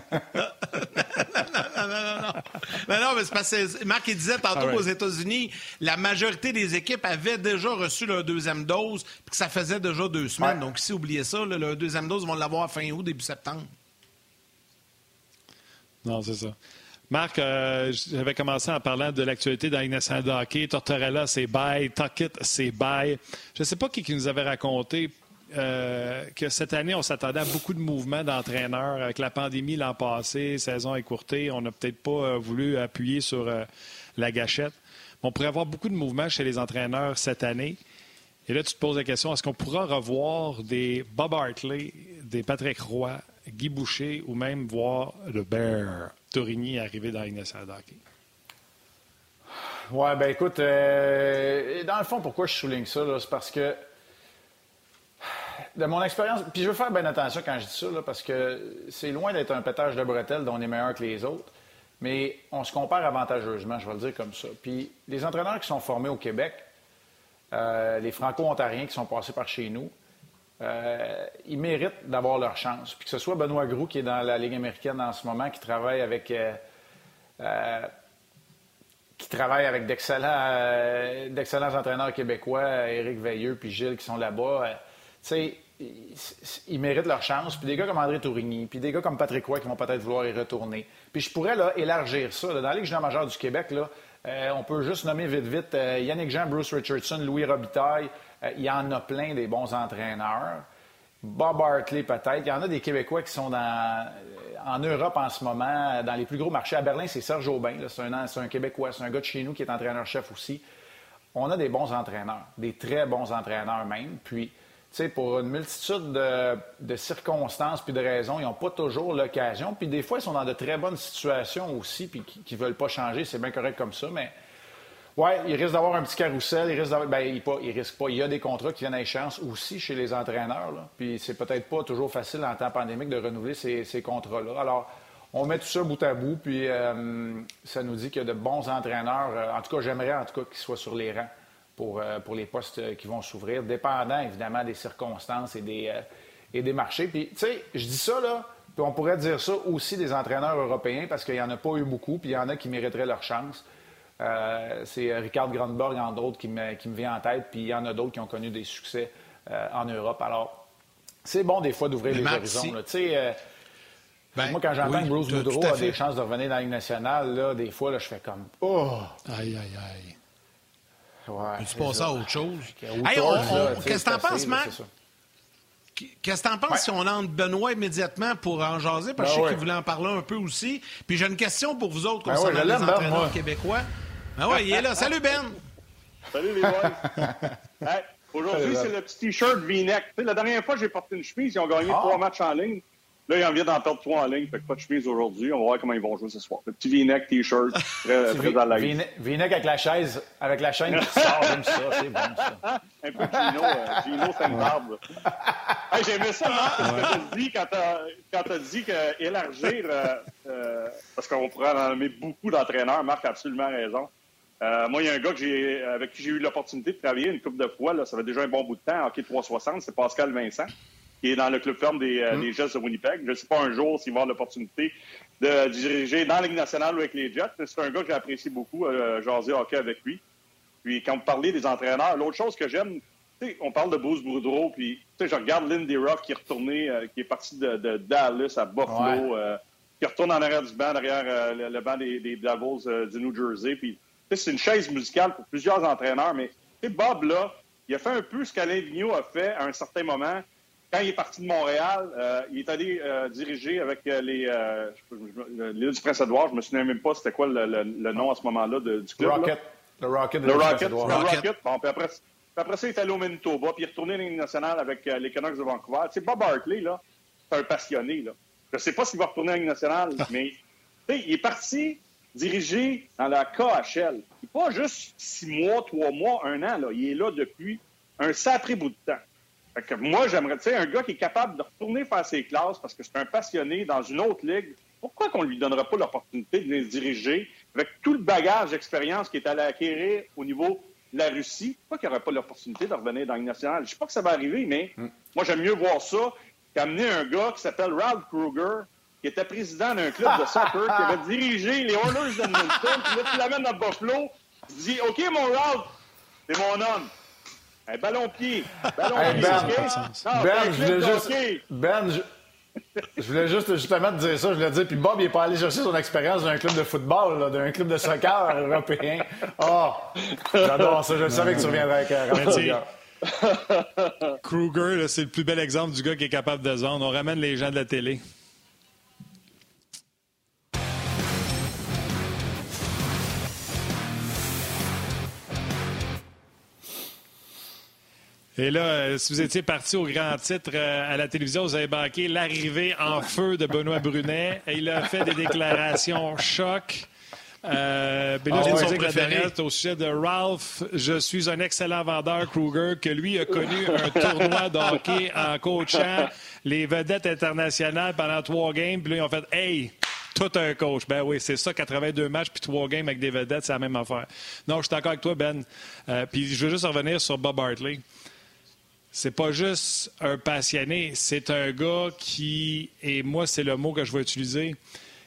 mais c'est parce que Marc il disait tantôt qu'aux États-Unis, la majorité des équipes avaient déjà reçu leur 2e dose, puis que ça faisait déjà 2 semaines. Ouais. Donc, si oubliez ça, là, leur 2e dose, ils vont l'avoir fin août, début septembre. Non, c'est ça. Marc, j'avais commencé en parlant de l'actualité dans la Ligue nationale de hockey. Tortorella, c'est bye. Tuckett, c'est bye. Je ne sais pas qui nous avait raconté que cette année, on s'attendait à beaucoup de mouvements d'entraîneurs. Avec la pandémie l'an passé, saison écourtée, on n'a peut-être pas voulu appuyer sur la gâchette. Mais on pourrait avoir beaucoup de mouvements chez les entraîneurs cette année. Et là, tu te poses la question, est-ce qu'on pourra revoir des Bob Hartley, des Patrick Roy, Guy Boucher ou même voir le Bear Torigny arriver dans la Ligue nationale de hockey? Oui, bien écoute, dans le fond, pourquoi je souligne ça, là, c'est parce que de mon expérience, puis je veux faire bien attention quand je dis ça, là, parce que c'est loin d'être un pétage de bretelles dont on est meilleur que les autres, mais on se compare avantageusement, je vais le dire comme ça. Puis les entraîneurs qui sont formés au Québec, les Franco-Ontariens qui sont passés par chez nous, ils méritent d'avoir leur chance. Puis que ce soit Benoît Groulx qui est dans la Ligue américaine en ce moment, qui travaille avec d'excellents entraîneurs québécois, Éric Veilleux puis Gilles qui sont là-bas. Tu sais, ils méritent leur chance. Puis des gars comme André Tourigny, puis des gars comme Patrick Roy qui vont peut-être vouloir y retourner. Puis je pourrais là, élargir ça. Là. Dans la Ligue junior majeure du Québec, là, on peut juste nommer vite Yannick Jean, Bruce Richardson, Louis Robitaille. Il y en a plein des bons entraîneurs. Bob Hartley peut-être. Il y en a des Québécois qui sont en Europe en ce moment, dans les plus gros marchés. À Berlin, c'est Serge Aubin. Là. C'est un Québécois. C'est un gars de chez nous qui est entraîneur-chef aussi. On a des bons entraîneurs, des très bons entraîneurs même. Puis, tu sais, pour une multitude de circonstances puis de raisons, ils n'ont pas toujours l'occasion. Puis des fois, ils sont dans de très bonnes situations aussi puis qui ne veulent pas changer. C'est bien correct comme ça, mais oui, il risque d'avoir un petit carrousel. Il risque pas. Il y a des contrats qui viennent à échéance aussi chez les entraîneurs. Là. Puis c'est peut-être pas toujours facile en temps pandémique de renouveler ces contrats-là. Alors, on met tout ça bout à bout, puis ça nous dit qu'il y a de bons entraîneurs. En tout cas, j'aimerais qu'ils soient sur les rangs pour les postes qui vont s'ouvrir, dépendant évidemment des circonstances et des marchés. Puis, tu sais, je dis ça, là, puis on pourrait dire ça aussi des entraîneurs européens parce qu'il n'y en a pas eu beaucoup, puis il y en a qui mériteraient leur chance. C'est Richard Grönborg, entre autres, qui me vient en tête, puis il y en a d'autres qui ont connu des succès en Europe. Alors, c'est bon des fois d'ouvrir les horizons. Tu sais, moi, quand j'entends que Bruce Boudreau a des chances de revenir dans la Ligue nationale, là, des fois, là, je fais comme « Oh! » Aïe, aïe, aïe. Ouais, peux-tu passer à autre chose? Qu'est-ce que t'en penses, Marc? Qu'est-ce que t'en penses si on entre Benoît immédiatement pour en jaser? Parce que je sais qu'il voulait en parler un peu aussi. Puis j'ai une question pour vous autres concernant les entraîneurs québécois. Ben oui, il est là. Salut, Ben! Salut, les boys! Hey, aujourd'hui, c'est le petit T-shirt V-neck. La dernière fois, j'ai porté une chemise. Ils ont gagné 3 matchs en ligne. Là, ils en viennent d'en perdre 3 en ligne. Fait que pas de chemise aujourd'hui. On va voir comment ils vont jouer ce soir. Le petit V-neck, T-shirt, très à l'aise. V-neck avec la chaîne qui sort comme ça. C'est bon, ça. Un peu Gino, c'est une barbe. Hey, j'aimais ça, Marc, ce que tu as dit quand tu as dit qu'élargir, parce qu'on pourrait en nommer beaucoup d'entraîneurs. Marc a absolument raison. Moi, il y a un gars avec qui j'ai eu l'opportunité de travailler une couple de fois. Là, ça fait déjà un bon bout de temps, hockey 360, c'est Pascal Vincent, qui est dans le club ferme des Jets de Winnipeg. Je ne sais pas un jour s'il va avoir l'opportunité de diriger dans la Ligue nationale ou avec les Jets, mais c'est un gars que j'apprécie beaucoup, jaser hockey avec lui. Puis quand vous parlez des entraîneurs, l'autre chose que j'aime, on parle de Bruce Boudreau, puis je regarde Lindy Ruff qui est retourné, qui est parti de Dallas à Buffalo, qui retourne en arrière du banc, derrière le banc des Devils du New Jersey. Puis c'est une chaise musicale pour plusieurs entraîneurs, mais Bob, là, il a fait un peu ce qu'Alain Vigneault a fait à un certain moment. Quand il est parti de Montréal, il est allé diriger avec l'île du Prince-Édouard. Je ne me souviens même pas c'était quoi le nom à ce moment-là du club. Le Rocket. Bon, puis après ça, il est allé au Manitoba, puis il est retourné à la Ligue nationale avec les Canucks de Vancouver. Tu sais, Bob Hartley, là, c'est un passionné. Là. Je ne sais pas s'il va retourner à la Ligue nationale, mais il est parti diriger dans la KHL. Il n'est pas juste 6 mois, 3 mois, 1 an. Là. Il est là depuis un sacré bout de temps. Fait que moi, j'aimerais, tu sais, un gars qui est capable de retourner faire ses classes parce que c'est un passionné dans une autre ligue. Pourquoi qu'on ne lui donnerait pas l'opportunité de les diriger avec tout le bagage d'expérience qu'il est allé acquérir au niveau de la Russie? Pourquoi qu'il n'y aurait pas l'opportunité de revenir dans la Ligue nationale? Je ne sais pas que ça va arriver, mais moi, j'aime mieux voir ça qu'amener un gars qui s'appelle Ralph Kruger, qui était président d'un club de soccer, qui avait dirigé les Oilers d'Edmonton, puis là, tu l'amènes à Buffalo, tu dis « OK, mon Ralph, c'est mon homme. » Un ballon-pied. Je voulais justement te dire ça. Je voulais te dire, puis Bob, il n'est pas allé chercher son expérience d'un club de football, là, d'un club de soccer européen. Oh, j'adore ça. Je savais que tu reviendrais avec Kruger, là, c'est le plus bel exemple du gars qui est capable de zone. On ramène les gens de la télé. Et là, si vous étiez parti au grand titre à la télévision, vous avez manqué l'arrivée en feu de Benoît Brunet. Et il a fait des déclarations choc. Mais là, je vais dire que la dernière, c'est au sujet de Ralph. Je suis un excellent vendeur, Kruger, que lui a connu un tournoi de hockey en coachant les vedettes internationales pendant 3 games. Puis là, ils ont fait « Hey! » Tout un coach. Ben oui, c'est ça, 82 matchs puis 3 games avec des vedettes, c'est la même affaire. Non, je suis d'accord avec toi, Ben. Puis je veux juste revenir sur Bob Hartley. C'est pas juste un passionné, c'est un gars qui, et moi, c'est le mot que je vais utiliser,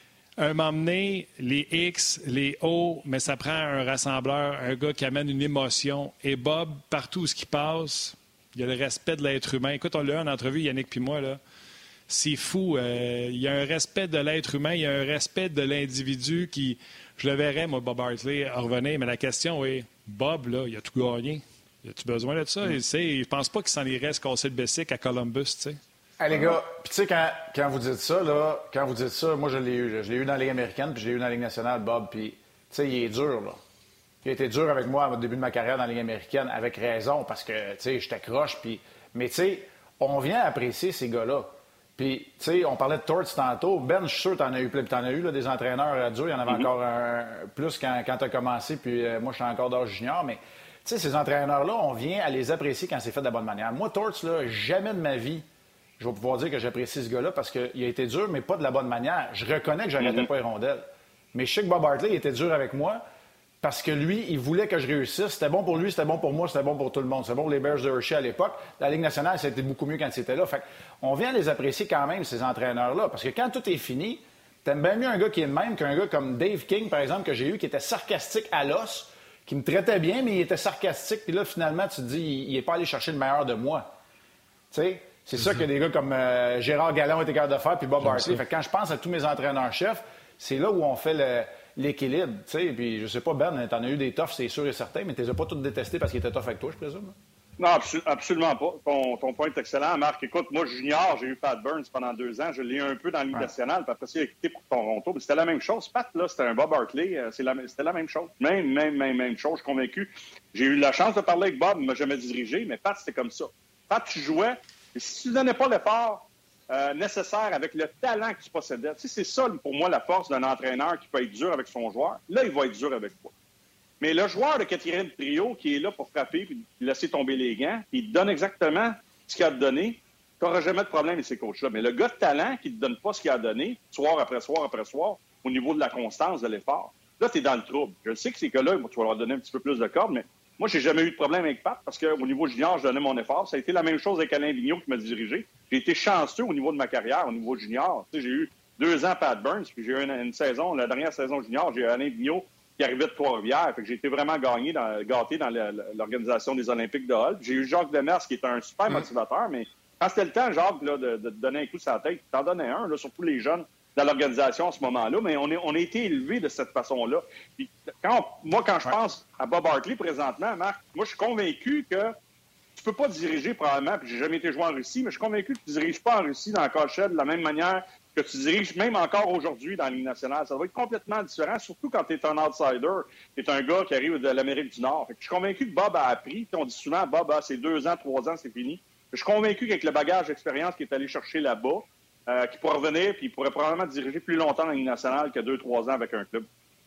un moment donné, les X, les O, mais ça prend un rassembleur, un gars qui amène une émotion. Et Bob, partout où il passe, il y a le respect de l'être humain. Écoute, on l'a eu en entrevue, Yannick puis moi, là. C'est fou. Il y a un respect de l'être humain, il y a un respect de l'individu qui... Je le verrais, moi, Bob Hartley, revenir, mais la question est, Bob, là, il a tout gagné. As-tu besoin de ça? Je pense pas qu'il s'en irait se casser le bessic à Columbus, tu sais. Hey, les gars, puis tu sais, quand vous dites ça, là, moi, je l'ai eu. Je l'ai eu dans la Ligue américaine, puis je l'ai eu dans la Ligue nationale, Bob. Puis, tu sais, il est dur, là. Il a été dur avec moi au début de ma carrière dans la Ligue américaine, avec raison, parce que, tu sais, je t'accroche. Puis... Mais, tu sais, on vient apprécier ces gars-là. Puis, tu sais, on parlait de Torts tantôt. Ben, je suis sûr que t'en as eu plein. T'en as eu, là, des entraîneurs durs. Il y en avait encore plus quand t'as commencé. Puis, moi, je suis encore d'âge junior, mais... Tu sais, ces entraîneurs-là, on vient à les apprécier quand c'est fait de la bonne manière. Moi, Torts, là, jamais de ma vie, je vais pouvoir dire que j'apprécie ce gars-là parce qu'il a été dur, mais pas de la bonne manière. Je reconnais que je n'arrêtais pas les rondelles. Mais je sais que Bob Hartley, il était dur avec moi parce que lui, il voulait que je réussisse. C'était bon pour lui, c'était bon pour moi, c'était bon pour tout le monde. C'était bon pour les Bears de Hershey à l'époque. La Ligue nationale, ça a été beaucoup mieux quand c'était là. Fait on vient les apprécier quand même, ces entraîneurs-là. Parce que quand tout est fini, t'aimes bien mieux un gars qui est le même qu'un gars comme Dave King, par exemple, que j'ai eu, qui était sarcastique à l'os, qui me traitait bien, mais il était sarcastique. Puis là, finalement, tu te dis, il n'est pas allé chercher le meilleur de moi. Tu sais, c'est ça que des gars comme Gérard Galland ont été capables de faire, puis Bob Hartley. Fait que quand je pense à tous mes entraîneurs-chefs, c'est là où on fait l'équilibre. Tu sais, puis je sais pas, Ben, t'en as eu des toughs, c'est sûr et certain, mais tu les as pas tous détestés parce qu'ils étaient tough avec toi, je présume. Non, absolument pas. Ton point est excellent, Marc. Écoute, moi, junior, j'ai eu Pat Burns pendant 2 ans. Je l'ai eu un peu dans la Ligue nationale, puis après ça, il a quitté pour Toronto. Mais c'était la même chose. Pat, là, c'était un Bob Hartley. C'était la même chose. Même chose, je suis convaincu. J'ai eu la chance de parler avec Bob, il ne m'a jamais dirigé, mais Pat, c'était comme ça. Pat, tu jouais, et si tu ne donnais pas l'effort nécessaire avec le talent que tu possédais, tu sais, c'est ça, pour moi, la force d'un entraîneur qui peut être dur avec son joueur. Là, il va être dur avec toi. Mais le joueur de quatrième trio qui est là pour frapper puis laisser tomber les gants, puis il te donne exactement ce qu'il a donné, tu n'auras jamais de problème avec ces coachs-là. Mais le gars de talent qui ne te donne pas ce qu'il a donné, soir après soir après soir, au niveau de la constance, de l'effort, là, tu es dans le trouble. Je sais que ces gars-là, tu vas leur donner un petit peu plus de corde, mais moi, j'ai jamais eu de problème avec Pat parce qu'au niveau junior, je donnais mon effort. Ça a été la même chose avec Alain Vigneault qui m'a dirigé. J'ai été chanceux au niveau de ma carrière, au niveau junior. Tu sais, j'ai eu 2 ans Pat Burns, puis j'ai eu une saison, la dernière saison junior, j'ai eu Alain Vigneault qui arrivait de Trois-Rivières. Fait que j'ai été vraiment gâté dans l'organisation des Olympiques de Hull. J'ai eu Jacques Demers, qui est un super motivateur, mais quand c'était le temps, Jacques, là, de te donner un coup sur la tête, t'en donnais un, là, surtout les jeunes dans l'organisation à ce moment-là, mais on a été élevés de cette façon-là. Puis quand je pense à Bob Hartley présentement, Marc, moi, je suis convaincu que tu peux pas diriger probablement, puis j'ai jamais été joueur en Russie, mais je suis convaincu que tu ne diriges pas en Russie dans le Cachet de la même manière que tu diriges même encore aujourd'hui dans la Ligue nationale. Ça va être complètement différent, surtout quand tu es un outsider. Tu es un gars qui arrive de l'Amérique du Nord. Fait que je suis convaincu que Bob a appris. On dit souvent, Bob, c'est 2 ans, 3 ans, c'est fini. Je suis convaincu qu'avec le bagage d'expérience qu'il est allé chercher là-bas, qu'il pourra revenir puis il pourrait probablement diriger plus longtemps dans la Ligue nationale que 2-3 ans avec un club.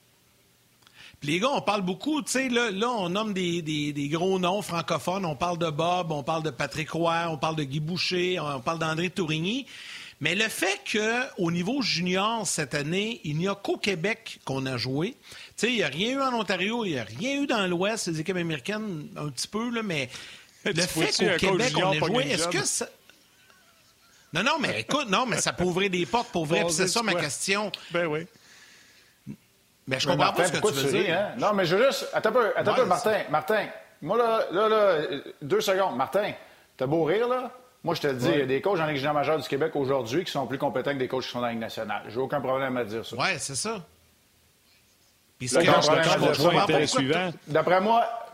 Puis les gars, on parle beaucoup, tu sais, là, on nomme des gros noms francophones. On parle de Bob, on parle de Patrick Roy, on parle de Guy Boucher, on parle d'André Tourigny. Mais le fait qu'au niveau junior, cette année, il n'y a qu'au Québec qu'on a joué. Tu sais, il n'y a rien eu en Ontario, il n'y a rien eu dans l'Ouest, les équipes américaines, un petit peu, là, mais le fait qu'au Québec, on ait joué, est-ce que ça... Non, mais écoute, mais ça peut ouvrir des portes pour vrai, puis c'est ça ma question. Ben oui. Mais je comprends pas ce que tu veux dire. Hein? Non, mais je veux juste... Attends un peu, Martin. Moi, là, 2 secondes. Martin, t'as beau rire, là? Moi, je te le dis, il y a des coachs en Ligue junior majeure du Québec aujourd'hui qui sont plus compétents que des coachs qui sont dans la Ligue nationale. J'ai aucun problème à dire ça. Oui, c'est ça. Puis D'après moi,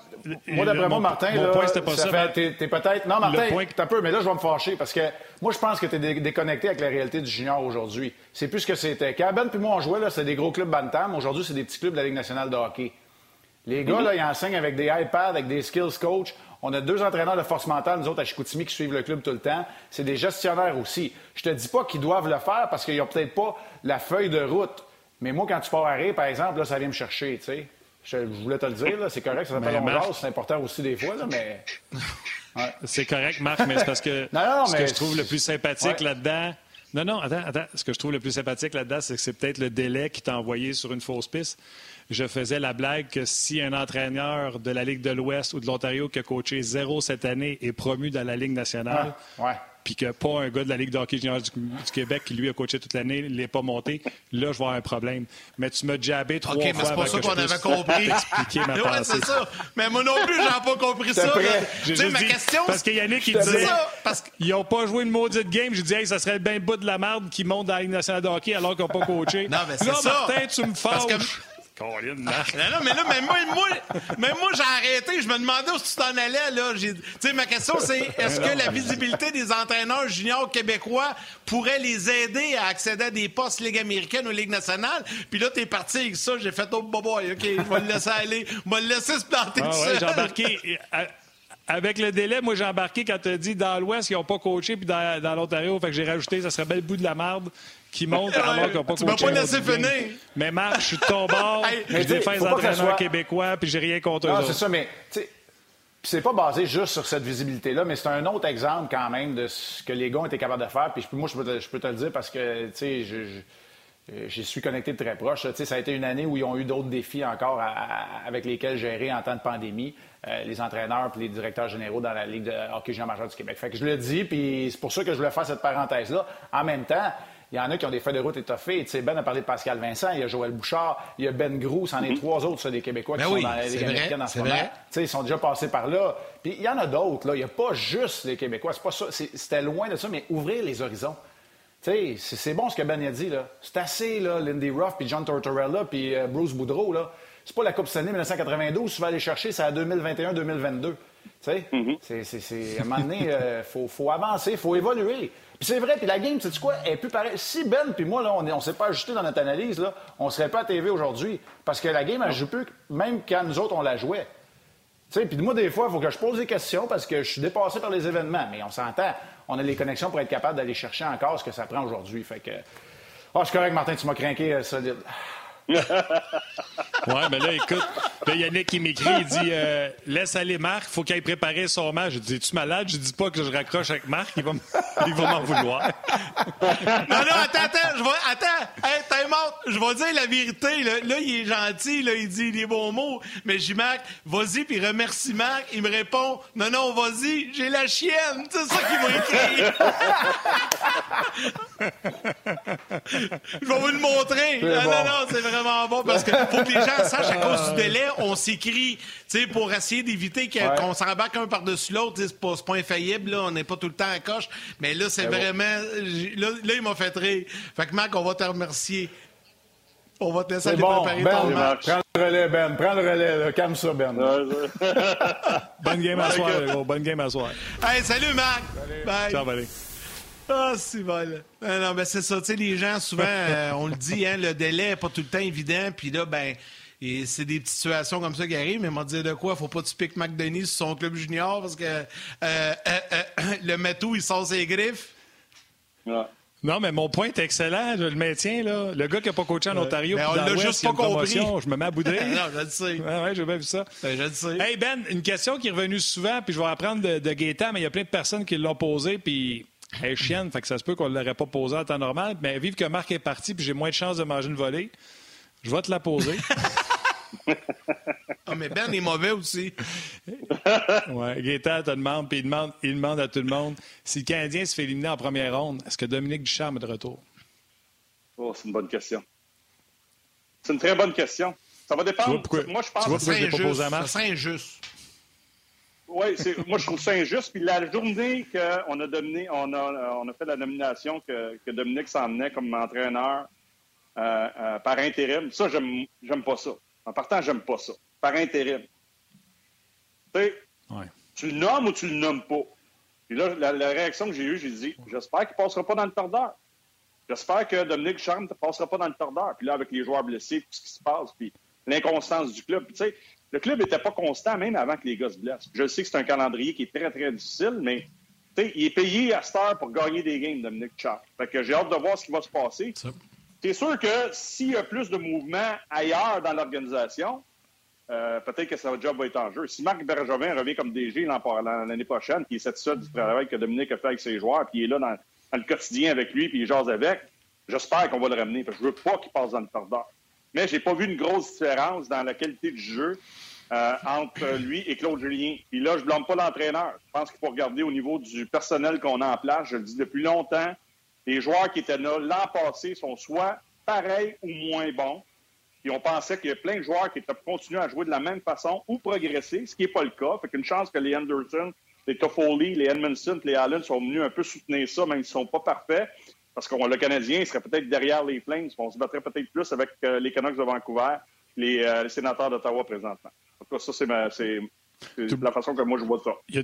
moi, d'après moi, Martin, mon là, point, c'était pas ça. t'es peut-être... Non, Martin, point... t'as un peu, mais là, je vais me fâcher parce que moi, je pense que t'es déconnecté avec la réalité du junior aujourd'hui. C'est plus ce que c'était. Quand Ben puis moi, on jouait, là, c'était des gros clubs bantam. Aujourd'hui, c'est des petits clubs de la Ligue nationale de hockey. Les gars, là, ils enseignent avec des iPads, avec des skills coach. On a 2 entraîneurs de force mentale, nous autres, à Chicoutimi, qui suivent le club tout le temps. C'est des gestionnaires aussi. Je te dis pas qu'ils doivent le faire parce qu'ils n'ont peut-être pas la feuille de route. Mais moi, quand tu pars à rire, par exemple, là, ça vient me chercher, tu sais. Je voulais te le dire, là, c'est correct, ça s'appelle on c'est important aussi des fois, là, mais... Ouais. C'est correct, Marc, mais c'est parce que ce que je trouve le plus sympathique là-dedans... Non, attends. Ce que je trouve le plus sympathique là-dedans, c'est que c'est peut-être le délai qui t'a envoyé sur une fausse piste. Je faisais la blague que si un entraîneur de la Ligue de l'Ouest ou de l'Ontario qui a coaché 0 cette année est promu dans la Ligue nationale, puis que pas un gars de la Ligue de hockey junior du Québec qui, lui, a coaché toute l'année, ne l'est pas monté, là, je vais avoir un problème. Mais tu m'as jabé 3 fois mais c'est pas ça qu'on avait compris. T'expliquer ma pensée. C'est ça. Mais moi non plus, j'en ai pas compris ça. Tu sais, ma question... Parce que Yannick, il disait... Ils n'ont pas joué une maudite game. Je dis, hey, ça serait le bien bout de la merde qui monte dans la Ligue nationale de hockey alors qu'ils n'ont pas coaché. Non, mais c'est là, ça. Martin, tu me fâches. Non, mais là, même moi, j'ai arrêté. Je me demandais où tu t'en allais, là. Tu sais, ma question, c'est est-ce que la visibilité des entraîneurs juniors québécois pourrait les aider à accéder à des postes Ligue américaine ou Ligue nationale? Puis là, t'es parti avec ça. J'ai fait, oh, boy, OK, je vais le laisser aller. Je vais le laisser se planter tout seul. J'ai embarqué... Avec le délai, moi, j'ai embarqué quand tu as dit dans l'Ouest, ils n'ont pas coaché, puis dans l'Ontario, fait que j'ai rajouté, ça serait bel bout de la marde qui monte alors qu'ils n'ont pas coaché. Tu m'as pas laissé finir. Mais Marc, je suis de ton bord, je défends les entraîneurs québécois, puis j'ai rien contre eux autres. C'est ça, mais c'est pas basé juste sur cette visibilité-là, mais c'est un autre exemple quand même de ce que les gars ont été capables de faire. Puis moi, je peux te le dire parce que, tu sais, j'y suis connecté de très proche. Ça a été une année où ils ont eu d'autres défis encore avec lesquels gérer en temps de pandémie, les entraîneurs et les directeurs généraux dans la Ligue de hockey junior majeur du Québec. Fait que je le dis, puis c'est pour ça que je voulais faire cette parenthèse-là. En même temps, il y en a qui ont des feuilles de route étoffées. Tu sais, Ben a parlé de Pascal Vincent, il y a Joël Bouchard, il y a Ben Grou, c'en est 3 autres, ça, des Québécois qui sont dans la Ligue américaine en ce moment. Tu sais, ils sont déjà passés par là. Puis il y en a d'autres, là. Il n'y a pas juste les Québécois. C'est pas ça. C'était loin de ça, mais ouvrir les horizons. Tu sais, c'est bon ce que Ben a dit, là. C'est assez, là, Lindy Ruff, puis John Tortorella, puis Bruce Boudreau, là. C'est pas la Coupe Stanley 1992, tu vas aller chercher, c'est à 2021-2022. Tu sais, à un moment donné, faut avancer, il faut évoluer. Puis c'est vrai, puis la game, sais-tu quoi, elle est plus pareille. Si Ben puis moi, là, on s'est pas ajusté dans notre analyse, là, on serait pas à TV aujourd'hui. Parce que la game, elle joue plus, même quand nous autres, on la jouait. Tu sais, puis moi, des fois, il faut que je pose des questions parce que je suis dépassé par les événements. Mais on s'entend, on a les connexions pour être capable d'aller chercher encore ce que ça prend aujourd'hui. Fait que... je suis correct, Martin, tu m'as craqué solide. Ouais, mais là, écoute, là, Yannick, il m'écrit, il dit laisse aller Marc, faut qu'il aille préparer son match. Je dis, es-tu malade? Je dis pas que je raccroche avec Marc, il va m'en vouloir. Non, attends, hey, t'es mort. Je vais dire la vérité, là, il est gentil, là, il dit des bons mots, mais j'ai Marc, vas-y, puis remercie Marc. Il me répond, non, vas-y, j'ai la chienne. C'est ça qu'il m'a écrit. Je vais vous le montrer. Non, c'est vraiment bon parce qu'il faut que les gens sachent à cause du délai, on s'écrit, tu sais, pour essayer d'éviter qu'on s'embarque un par-dessus l'autre. C'est pas infaillible, là, on n'est pas tout le temps à coche. Mais là, c'est vraiment... Là, il m'a fait rire. Fait que, Marc, on va te remercier. On va te laisser aller préparer ton match. Prends le relais, Ben. Prends le relais, là. Calme ça, Ben. Bonne game à soir, gros. Bonne game à soir. Hey, salut, Marc. Salut. Bye. Ciao, Valérie. Ah, c'est bon. Non, ben c'est ça. Tu sais, les gens, souvent, on le dit, hein, le délai n'est pas tout le temps évident. Puis là, ben, c'est des petites situations comme ça qui arrivent. Mais m'a dit de quoi? Faut pas que tu piques McDonough sur son club junior parce que le métaux, il sort ses griffes. Ouais. Non, mais mon point est excellent. Je le maintiens, là. Le gars qui n'a pas coaché en Ontario, on l'a juste pas compris. Je me mets à boudrer. Non, je le sais. Ouais, j'ai bien vu ça. Je le sais. Hey, Ben, une question qui est revenue souvent, puis je vais apprendre de Gaétan, mais il y a plein de personnes qui l'ont posée, puis elle est chienne, fait que ça se peut qu'on ne l'aurait pas posée en temps normal. Mais vive que Marc est parti, puis j'ai moins de chances de manger une volée, je vais te la poser. Ah, mais Ben est mauvais aussi. Ouais, Gaétan te demande, puis il demande à tout le monde si le Canadien se fait éliminer en première ronde, est-ce que Dominique Ducharme est de retour? Oh, c'est une bonne question. C'est une très bonne question. Ça va dépendre. Moi, je pense que ça serait injuste. Oui, moi, je trouve ça injuste. Puis la journée qu'on a fait la nomination que Dominique s'emmenait comme entraîneur par intérim, ça, j'aime pas ça. En partant, j'aime pas ça. Par intérim. Tu le nommes ou tu le nommes pas? Puis là, la réaction que j'ai eue, j'ai dit, j'espère qu'il ne passera pas dans le tordeur. J'espère que Dominique Charme ne passera pas dans le tordeur. Puis là, avec les joueurs blessés, tout ce qui se passe, puis l'inconstance du club. Puis, tu sais, le club n'était pas constant même avant que les gars se blessent. Je sais que c'est un calendrier qui est très, très difficile, mais il est payé à cette heure pour gagner des games, Dominique Charme. Fait que j'ai hâte de voir ce qui va se passer. C'est sûr que s'il y a plus de mouvement ailleurs dans l'organisation, peut-être que son job va être en jeu. Si Marc Bergevin revient comme DG l'année prochaine, puis il est satisfait du travail que Dominique a fait avec ses joueurs, puis il est là dans le quotidien avec lui, puis il jase avec, j'espère qu'on va le ramener, parce que je veux pas qu'il passe dans le tordeur. Mais j'ai pas vu une grosse différence dans la qualité du jeu entre lui et Claude Julien. Puis là, je blâme pas l'entraîneur. Je pense qu'il faut regarder au niveau du personnel qu'on a en place. Je le dis depuis longtemps, les joueurs qui étaient là l'an passé sont soit pareils ou moins bons. Puis on pensait qu'il y a plein de joueurs qui continuent à jouer de la même façon ou progresser, ce qui n'est pas le cas. Fait qu'une chance que les Anderson, les Toffoli, les Edmondson, les Allen sont venus un peu soutenir ça, même s'ils ne sont pas parfaits. Parce que le Canadien serait peut-être derrière les Flames. On se battrait peut-être plus avec les Canucks de Vancouver, les Sénateurs d'Ottawa présentement. En tout cas, ça, c'est la façon que moi je vois ça. Il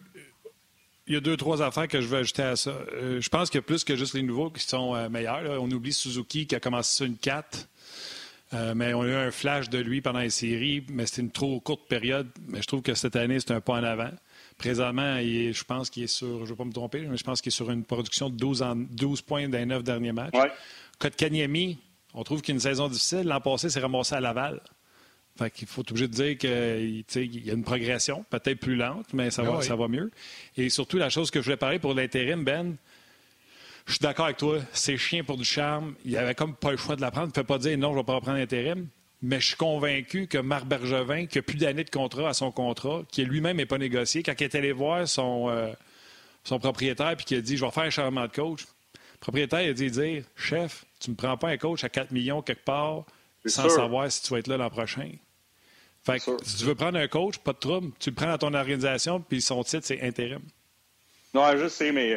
y a deux, trois affaires que je veux ajouter à ça. Je pense qu'il y a plus que juste les nouveaux qui sont meilleurs. Là. On oublie Suzuki qui a commencé sur une 4. Mais on a eu un flash de lui pendant les séries, mais c'était une trop courte période. Mais je trouve que cette année, c'est un pas en avant. Présentement, je pense qu'il est sur, je ne vais pas me tromper, mais je pense qu'il est sur une production de 12 points dans les 9 derniers matchs. Ouais. Kotkaniemi, on trouve qu'il y a une saison difficile. L'an passé, c'est ramassé à Laval. Fait qu'il faut être obligé de dire qu'il y a une progression, peut-être plus lente, mais ça va mieux. Et surtout, la chose que je voulais parler pour l'intérim, Ben, je suis d'accord avec toi, c'est chiant pour du charme. Il avait comme pas le choix de la prendre. Il ne fait pas dire non, je ne vais pas reprendre l'intérim. Mais je suis convaincu que Marc Bergevin, qui a plus d'années de contrat à son contrat, qui lui-même n'est pas négocié, quand il est allé voir son propriétaire et qui a dit « Je vais faire un changement de coach », le propriétaire a dit « Chef, tu ne me prends pas un coach à 4 millions quelque part sans savoir si tu vas être là l'an prochain. » Fait que si tu veux prendre un coach, pas de trouble, tu le prends dans ton organisation, puis son titre, c'est intérim. Non, je sais, mais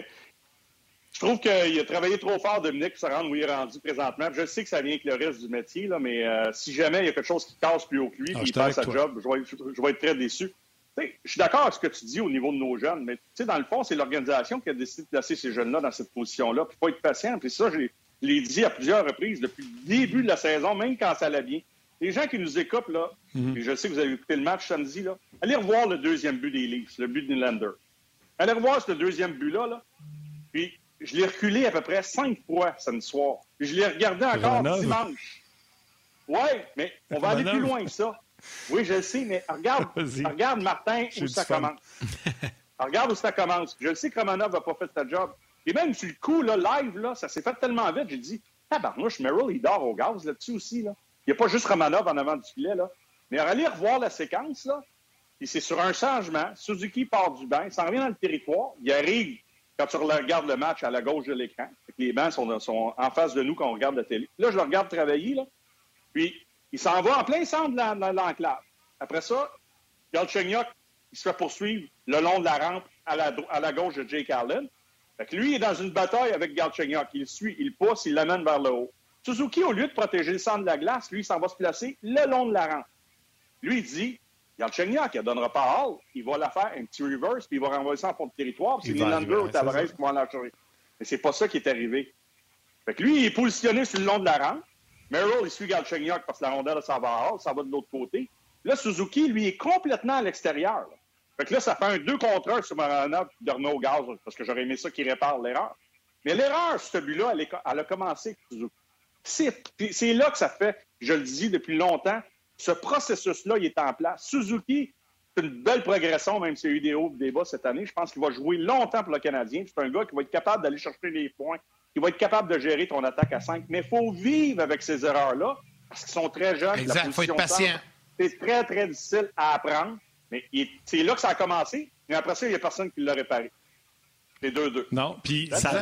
je trouve qu'il a travaillé trop fort, Dominique, pour se rendre où il est rendu présentement. Je sais que ça vient avec le reste du métier, là, mais si jamais il y a quelque chose qui casse plus haut que lui, puis il fait sa job, je vais être très déçu. T'sais, je suis d'accord avec ce que tu dis au niveau de nos jeunes, mais dans le fond, c'est l'organisation qui a décidé de placer ces jeunes-là dans cette position-là. Puis il faut être patient. Puis ça, je l'ai dit à plusieurs reprises depuis le début de la saison, même quand ça allait bien. Les gens qui nous écoutent, là, puis je sais que vous avez écouté le match samedi, là, allez revoir le deuxième but des Leafs, le but de Nylander. Allez revoir ce deuxième but-là, puis je l'ai reculé à peu près 5 fois samedi soir. Puis je l'ai regardé encore dimanche. Oui, mais on va aller plus loin que ça. Oui, je le sais, mais regarde Martin, où ça commence. Regarde où ça commence. Je le sais que Romanov n'a pas fait sa job. Et même sur le coup, là, live, là, ça s'est fait tellement vite, j'ai dit, tabarnouche, Merrill, il dort au gaz là-dessus aussi. Là. Il n'y a pas juste Romanov en avant du filet. Là. Mais allez revoir la séquence, là. Puis c'est sur un changement. Suzuki part du banc, il s'en revient dans le territoire. Il arrive, quand tu regardes le match, à la gauche de l'écran. Les bancs sont en face de nous quand on regarde la télé. Là, je le regarde travailler, là. Puis, il s'en va en plein centre de l'enclave. Après ça, Galchenyuk, il se fait poursuivre le long de la rampe à la gauche de Jake Allen. Fait que lui, il est dans une bataille avec Galchenyuk. Il le suit, il le pousse, il l'amène vers le haut. Suzuki, au lieu de protéger le centre de la glace, lui, il s'en va se placer le long de la rampe. Lui, il dit, Galchenyuk, il ne donnera pas à Hall. Il va la faire un petit reverse, puis il va renvoyer ça en fond de territoire. Puis c'est Nylander ou Tavares qui vont l'enchaîner. Mais c'est pas ça qui est arrivé. Fait que lui, il est positionné sur le long de la rampe. Merrill, il suit Galchenyuk parce que la rondelle, ça va à Hall, ça va de l'autre côté. Là, Suzuki, lui, est complètement à l'extérieur. Là. Fait que là, ça fait un 2 contre 1 sur Moranov qui remet au gaz, parce que j'aurais aimé ça qu'il répare l'erreur. Mais l'erreur, ce but-là, elle a commencé avec Suzuki. C'est là que ça fait, je le dis depuis longtemps, ce processus-là, il est en place. Suzuki, c'est une belle progression, même s'il y a eu des hauts et des bas cette année. Je pense qu'il va jouer longtemps pour le Canadien. C'est un gars qui va être capable d'aller chercher les points, qui va être capable de gérer ton attaque à 5. Mais il faut vivre avec ces erreurs-là, parce qu'ils sont très jeunes. Exact, il faut être patient. C'est très, très difficile à apprendre. Mais c'est là que ça a commencé. Mais après ça, il n'y a personne qui l'a réparé. C'est 2-2. Non, puis ça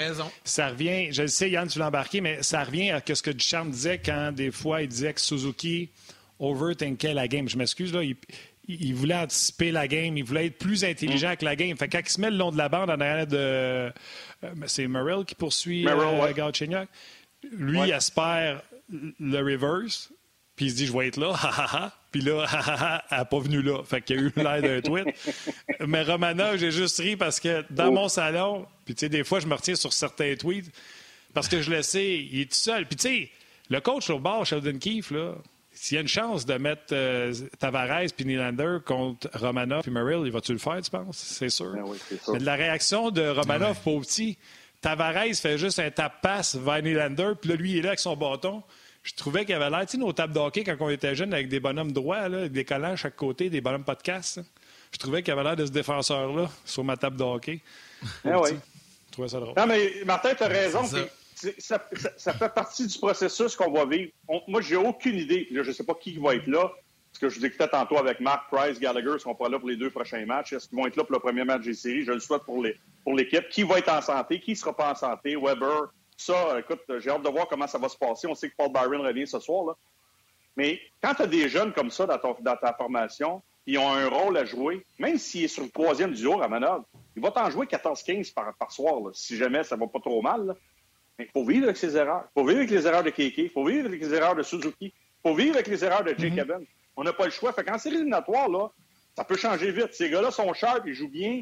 revient, je le sais, Yann, tu l'as embarqué, mais ça revient à ce que Ducharme disait quand, des fois, il disait que Suzuki overthinkait la game. Je m'excuse, là, il voulait anticiper la game, il voulait être plus intelligent que la game. Fait que quand il se met le long de la bande en arrière de... c'est Merrill qui poursuit Galchenyuk. Lui, il espère le reverse. Puis il se dit, je vais être là, Puis là, elle n'a pas venu là. Fait qu'il y a eu l'air d'un tweet. Mais Romanov, j'ai juste ri parce que dans mon salon, puis tu sais, des fois, je me retiens sur certains tweets parce que je le sais, il est tout seul. Puis tu sais, le coach au bord, Sheldon Keefe, là, s'il y a une chance de mettre Tavares puis Nylander contre Romanov puis Merrill, il va-tu le faire, tu penses? C'est sûr. Ben oui, c'est sûr. Mais de la réaction de Romanov, pauvre petit, Tavares fait juste un tap-passe vers Nylander, puis là, lui, il est là avec son bâton. Je trouvais qu'il avait l'air, tu sais, nos tables de hockey quand on était jeunes avec des bonhommes droits, là, avec des collants à chaque côté, des bonhommes pas de casse. Je trouvais qu'il avait l'air de ce défenseur-là sur ma table de hockey. Oui. Je trouvais ça drôle. Non, mais Martin, tu as raison. Ça fait partie du processus qu'on va vivre. Moi, j'ai aucune idée. Là, je ne sais pas qui va être là. Parce que je vous écoutais tantôt avec Mark, Price, Gallagher, ils ne seront pas là pour les 2 prochains matchs. Est-ce qu'ils vont être là pour le premier match des séries? Je le souhaite pour l'équipe. Qui va être en santé? Qui ne sera pas en santé? Weber? Ça, écoute, j'ai hâte de voir comment ça va se passer. On sait que Paul Byron revient ce soir, là. Mais quand tu as des jeunes comme ça dans ta formation, ils ont un rôle à jouer, même s'il est sur le 3e duo à Manov, il va t'en jouer 14-15 par soir, là, si jamais ça va pas trop mal. Là. Mais il faut vivre avec ses erreurs. Il faut vivre avec les erreurs de Keke. Il faut vivre avec les erreurs de Suzuki. Il faut vivre avec les erreurs de Jake Evans. On n'a pas le choix. Fait qu'en série éliminatoire, là, ça peut changer vite. Ces gars-là sont sharp, ils jouent bien.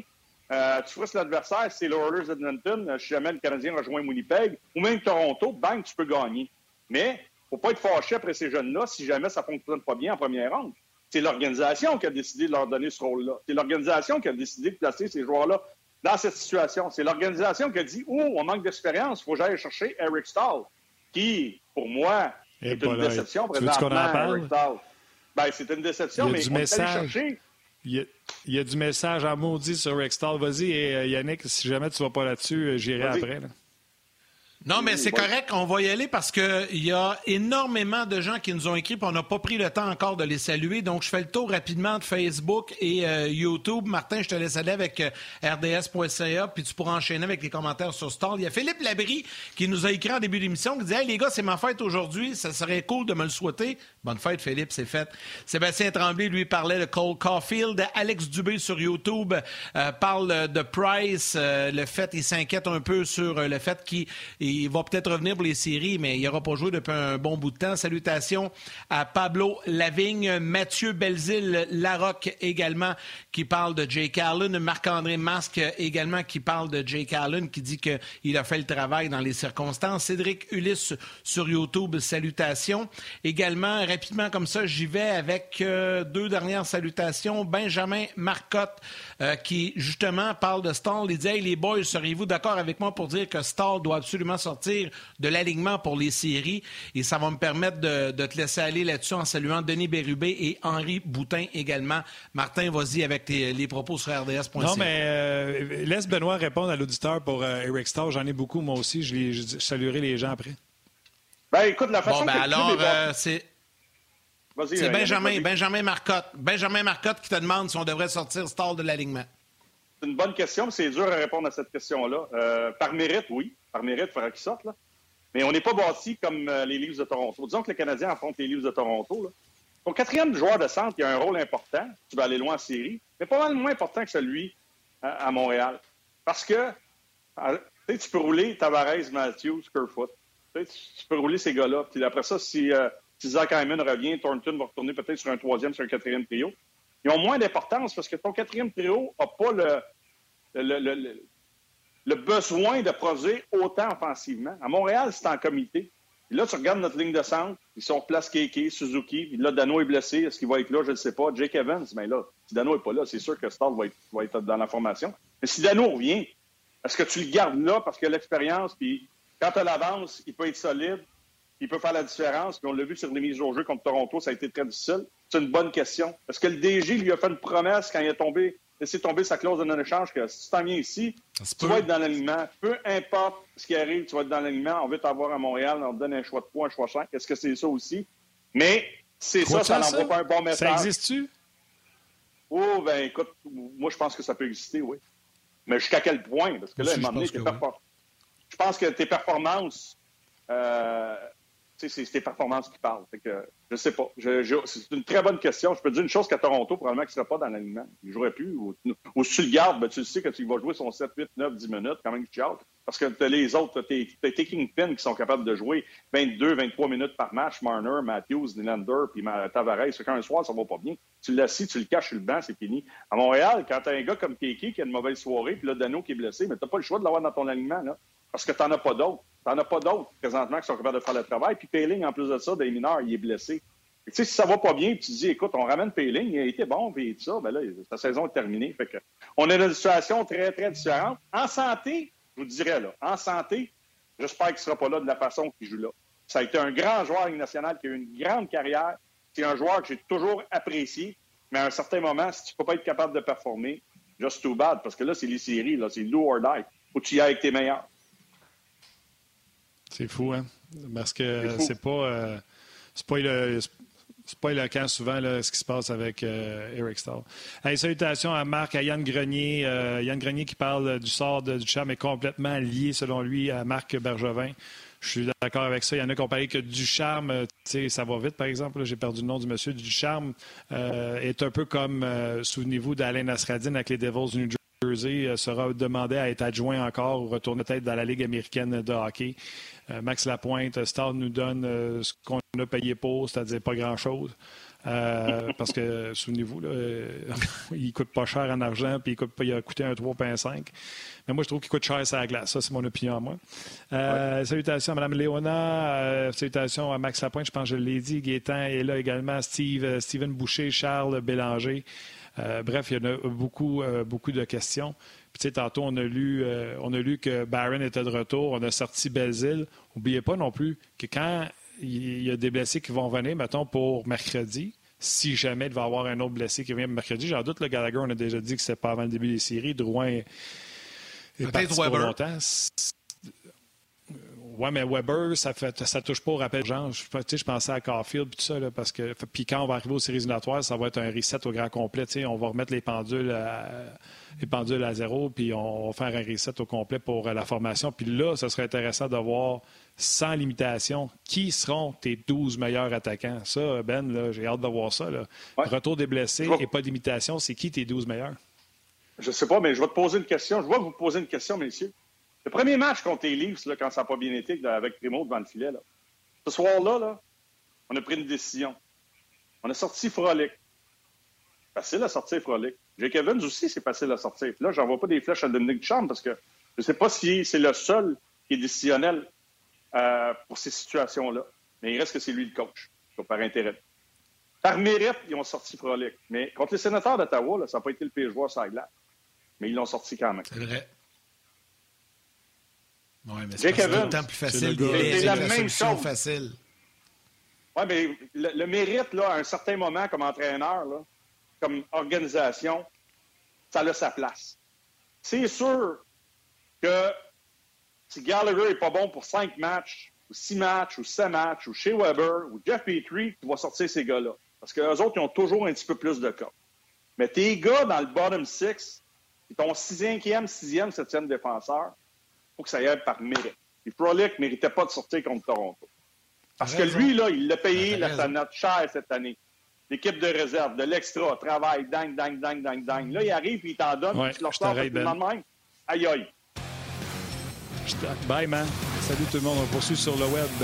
Tu frustres l'adversaire, c'est les Oilers d'Edmonton, si jamais le Canadien rejoint Winnipeg, ou même Toronto, bang, tu peux gagner. Mais il ne faut pas être fâché après ces jeunes-là si jamais ça ne fonctionne pas bien en première ronde. C'est l'organisation qui a décidé de leur donner ce rôle-là. C'est l'organisation qui a décidé de placer ces joueurs-là dans cette situation. C'est l'organisation qui a dit « Oh, on manque d'expérience, il faut que j'aille chercher Eric Stahl », qui, pour moi, est une déception présentement, Eric Stahl. Ben, c'est une déception, mais on est allé chercher... Il y a du message à maudit sur Eric Stahl. Vas-y, Yannick, si jamais tu ne vas pas là-dessus, j'irai après. Là. Non, mais c'est correct, on va y aller parce qu'il y a énormément de gens qui nous ont écrit et on n'a pas pris le temps encore de les saluer. Donc, je fais le tour rapidement de Facebook et YouTube. Martin, je te laisse aller avec rds.ca puis tu pourras enchaîner avec les commentaires sur Stall. Il y a Philippe Labrie qui nous a écrit en début d'émission qui dit « Hey les gars, c'est ma fête aujourd'hui, ça serait cool de me le souhaiter. » Bonne fête, Philippe, c'est fait. Sébastien Tremblay, lui, parlait de Cole Caulfield. Alex Dubé sur YouTube parle de Price. Le fait, il s'inquiète un peu sur le fait qu'il va peut-être revenir pour les séries, mais il n'aura pas joué depuis un bon bout de temps. Salutations à Pablo Lavigne, Mathieu Belzile-Larocque également, qui parle de Jake Allen. Marc-André Masque également, qui parle de Jake Allen, qui dit qu'il a fait le travail dans les circonstances. Cédric Ulysse sur YouTube, salutations. Également, rapidement comme ça, j'y vais avec 2 dernières salutations. Benjamin Marcotte, qui justement parle de Stahl. Il dit « Hey les boys, seriez-vous d'accord avec moi pour dire que Stahl doit absolument sortir de l'alignement pour les séries? » Et ça va me permettre de te laisser aller là-dessus en saluant Denis Bérubé et Henri Boutin également. Martin, vas-y avec les propos sur RDS.ca. Non, mais laisse Benoît répondre à l'auditeur pour Eric Stahl. J'en ai beaucoup, moi aussi. Je saluerai les gens après. Ben écoute, la façon c'est Benjamin Marcotte. Benjamin Marcotte qui te demande si on devrait sortir Stahl de l'alignement. C'est une bonne question, mais c'est dur à répondre à cette question-là. Par mérite, oui. Par mérite, il faudra qu'il sorte. Là. Mais on n'est pas bâti comme les Leafs de Toronto. Disons que le Canadien affronte les Leafs de Toronto. Là. Ton 4e joueur de centre, il a un rôle important. Tu vas aller loin en série, mais pas mal moins important que celui à Montréal. Parce que tu peux rouler Tavares, Matthews, Kerfoot. Tu peux rouler ces gars-là. Puis après ça, si Zach Hyman revient, Thornton va retourner peut-être sur un 3e, sur un 4e trio. Ils ont moins d'importance parce que ton 4e trio n'a pas le besoin de produire autant offensivement. À Montréal, c'est en comité. Et là, tu regardes notre ligne de centre. Ils sont place Keke, Suzuki. Puis là, Dano est blessé. Est-ce qu'il va être là? Je ne sais pas. Jake Evans, mais là, si Dano n'est pas là, c'est sûr que Stahl va être dans la formation. Mais si Dano revient, est-ce que tu le gardes là parce qu'il a l'expérience? Puis quand tu as l'avance, il peut être solide. Il peut faire la différence. Puis on l'a vu sur les mises au jeu contre Toronto, ça a été très difficile. C'est une bonne question. Est-ce que le DG lui a fait une promesse quand il a laissé tomber sa clause de non-échange que si tu t'en viens ici, tu vas être dans l'alignement. Peu importe ce qui arrive, tu vas être dans l'alignement. On veut t'avoir à Montréal, on te donne un choix de 3, un choix 5. Est-ce que c'est ça aussi? Mais c'est ça n'envoie pas un bon message. Ça existe-tu? Oh, ben écoute, moi je pense que ça peut exister, oui. Mais jusqu'à quel point? Parce que là, à un moment donné, je pense que tes performances... c'est tes performances qui parlent. Fait que, je sais pas. C'est une très bonne question. Je peux te dire une chose qu'à Toronto, probablement qu'il ne serait pas dans l'alignement. Il ne jouerait plus. Ou si tu le gardes, ben, tu le sais que tu vas jouer son 7, 8, 9, 10 minutes, quand même, tu as. Parce que tu as les autres, tu as tes Kingpins qui sont capables de jouer 22, 23 minutes par match. Marner, Matthews, Nylander, puis Tavares. C'est qu'un soir, ça va pas bien. Tu l'assis, tu le caches sur le banc, c'est fini. À Montréal, quand tu as un gars comme Keke qui a une mauvaise soirée, puis là, Dano qui est blessé, mais tu n'as pas le choix de l'avoir dans ton alignement, là. Parce que tu n'en as pas d'autres. Tu n'en as pas d'autres présentement qui sont capables de faire le travail. Puis Payling, en plus de ça, des mineurs, il est blessé. Tu sais, si ça va pas bien, puis tu dis, écoute, on ramène Payling, il a été bon, puis tout ça, ben là, sa saison est terminée. Fait que, on est dans une situation très, très différente. En santé, je vous dirais, là, en santé, j'espère qu'il ne sera pas là de la façon qu'il joue là. Ça a été un grand joueur national qui a eu une grande carrière. C'est un joueur que j'ai toujours apprécié. Mais à un certain moment, si tu ne peux pas être capable de performer, just too bad. Parce que là, c'est les séries, là, c'est do or die. Faut que tu y ailles avec tes meilleurs. C'est fou, hein? Parce que c'est pas éloquent souvent là, ce qui se passe avec Eric Staal. Hey, salutations à Marc, à Yann Grenier. Yann Grenier qui parle du sort de Ducharme est complètement lié, selon lui, à Marc Bergevin. Je suis d'accord avec ça. Il y en a qui ont parlé que Ducharme, ça va vite, par exemple. Là, j'ai perdu le nom du monsieur. Ducharme est un peu comme, souvenez-vous, d'Alain Nasradine avec les Devils du New Jersey, sera demandé à être adjoint encore ou retourner peut-être dans la Ligue américaine de hockey. Max Lapointe, Staal nous donne ce qu'on a payé pour, c'est-à-dire pas grand-chose. Parce que, souvenez-vous, là, il ne coûte pas cher en argent, puis il a coûté un 3,5. Mais moi, je trouve qu'il coûte cher sur la glace. Ça, c'est mon opinion à moi. Salutations à Mme Léona. Salutations à Max Lapointe, je pense que je l'ai dit. Gaétan est là également. Steven Boucher, Charles Bélanger. Bref, il y en a beaucoup de questions. Puis, tu sais, tantôt, on a lu que Barron était de retour. On a sorti Belzile. N'oubliez pas non plus que quand il y a des blessés qui vont venir, mettons, pour mercredi, si jamais il va y avoir un autre blessé qui vient mercredi, j'en doute, le Gallagher, on a déjà dit que c'était pas avant le début des séries. Drouin est parti pour longtemps. Oui, mais Weber, ça touche pas au rappel genre. Je pensais à Caulfield et tout ça, là, parce que puis quand on va arriver aux séries éliminatoires, ça va être un reset au grand complet. On va remettre les pendules à zéro, puis on va faire un reset au complet pour la formation. Puis là, ça serait intéressant de voir, sans limitation, qui seront tes 12 meilleurs attaquants. Ça, Ben, là, j'ai hâte de voir ça. Là. Ouais. Retour des blessés et pas d'imitation, c'est qui tes 12 meilleurs? Je sais pas, mais je vais te poser une question. Je vais vous poser une question, messieurs. Le premier match contre les Leafs, là, quand ça n'a pas bien été, avec Primo devant le filet, là, ce soir-là, on a pris une décision. On a sorti Frolic. Facile à sortir, Frolic. Jake Evans aussi, c'est facile à sortir. Puis là, j'envoie pas des flèches à Dominique Ducharme parce que je ne sais pas si c'est le seul qui est décisionnel pour ces situations-là. Mais il reste que c'est lui le coach, par intérêt. Par mérite, ils ont sorti Frolic. Mais contre les Sénateurs d'Ottawa, là, ça n'a pas été le pire joueur sur la glace. Mais ils l'ont sorti quand même. C'est vrai. Oui, mais c'est tout le temps plus facile. C'est la même chose. Facile. Oui, mais le mérite, là, à un certain moment, comme entraîneur, là, comme organisation, ça a sa place. C'est sûr que si Gallagher n'est pas bon pour 5 matchs, ou 6 matchs, ou 7 matchs, ou Shea Weber, ou Jeff Petrie, tu vas sortir ces gars-là. Parce qu'eux autres, ils ont toujours un petit peu plus de cas. Mais tes gars dans le bottom 6, ton 6e, 7e défenseur, il faut que ça y aille par mérite. Et Frolic ne méritait pas de sortir contre Toronto. Parce que lui, là, il l'a payé sa note chère cette année. L'équipe de réserve, de l'extra, travail, dang. Là, il arrive et il t'en donne. Ouais, tu leur sors tout le même. Aïe, aïe. Bye, man. Salut tout le monde. On poursuit sur le web.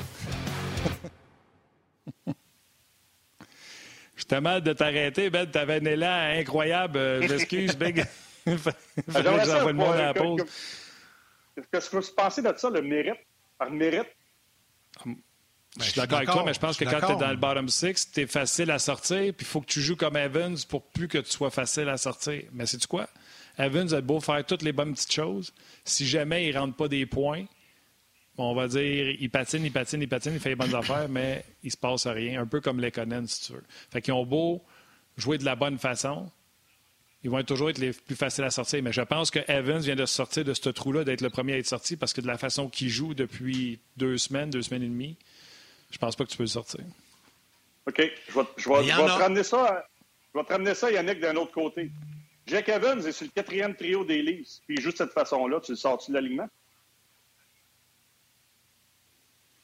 J'étais mal de t'arrêter, Ben. Tu avais un élan incroyable. Je m'excuse, Big. J'aimerais ça, le monde à la pause. Qu'est-ce que tu pensais de ça, le mérite? Par mérite? Je suis d'accord avec toi, mais je pense que quand tu es dans le bottom 6, tu es facile à sortir, puis il faut que tu joues comme Evans pour plus que tu sois facile à sortir. Mais sais-tu quoi? Evans a beau faire toutes les bonnes petites choses. Si jamais il ne rentre pas des points, on va dire, il patine, il fait les bonnes affaires, mais il se passe rien. Un peu comme Lekonen, si tu veux. Fait qu'ils ont beau jouer de la bonne façon, ils vont toujours être les plus faciles à sortir. Mais je pense que Evans vient de sortir de ce trou-là, d'être le premier à être sorti, parce que de la façon qu'il joue depuis 2 semaines et demie, je pense pas que tu peux le sortir. OK. Je vais te ramener ça, Yannick, d'un autre côté. Jake Evans est sur le 4e trio des Leafs, puis il joue de cette façon-là. Tu le sors-tu de l'alignement?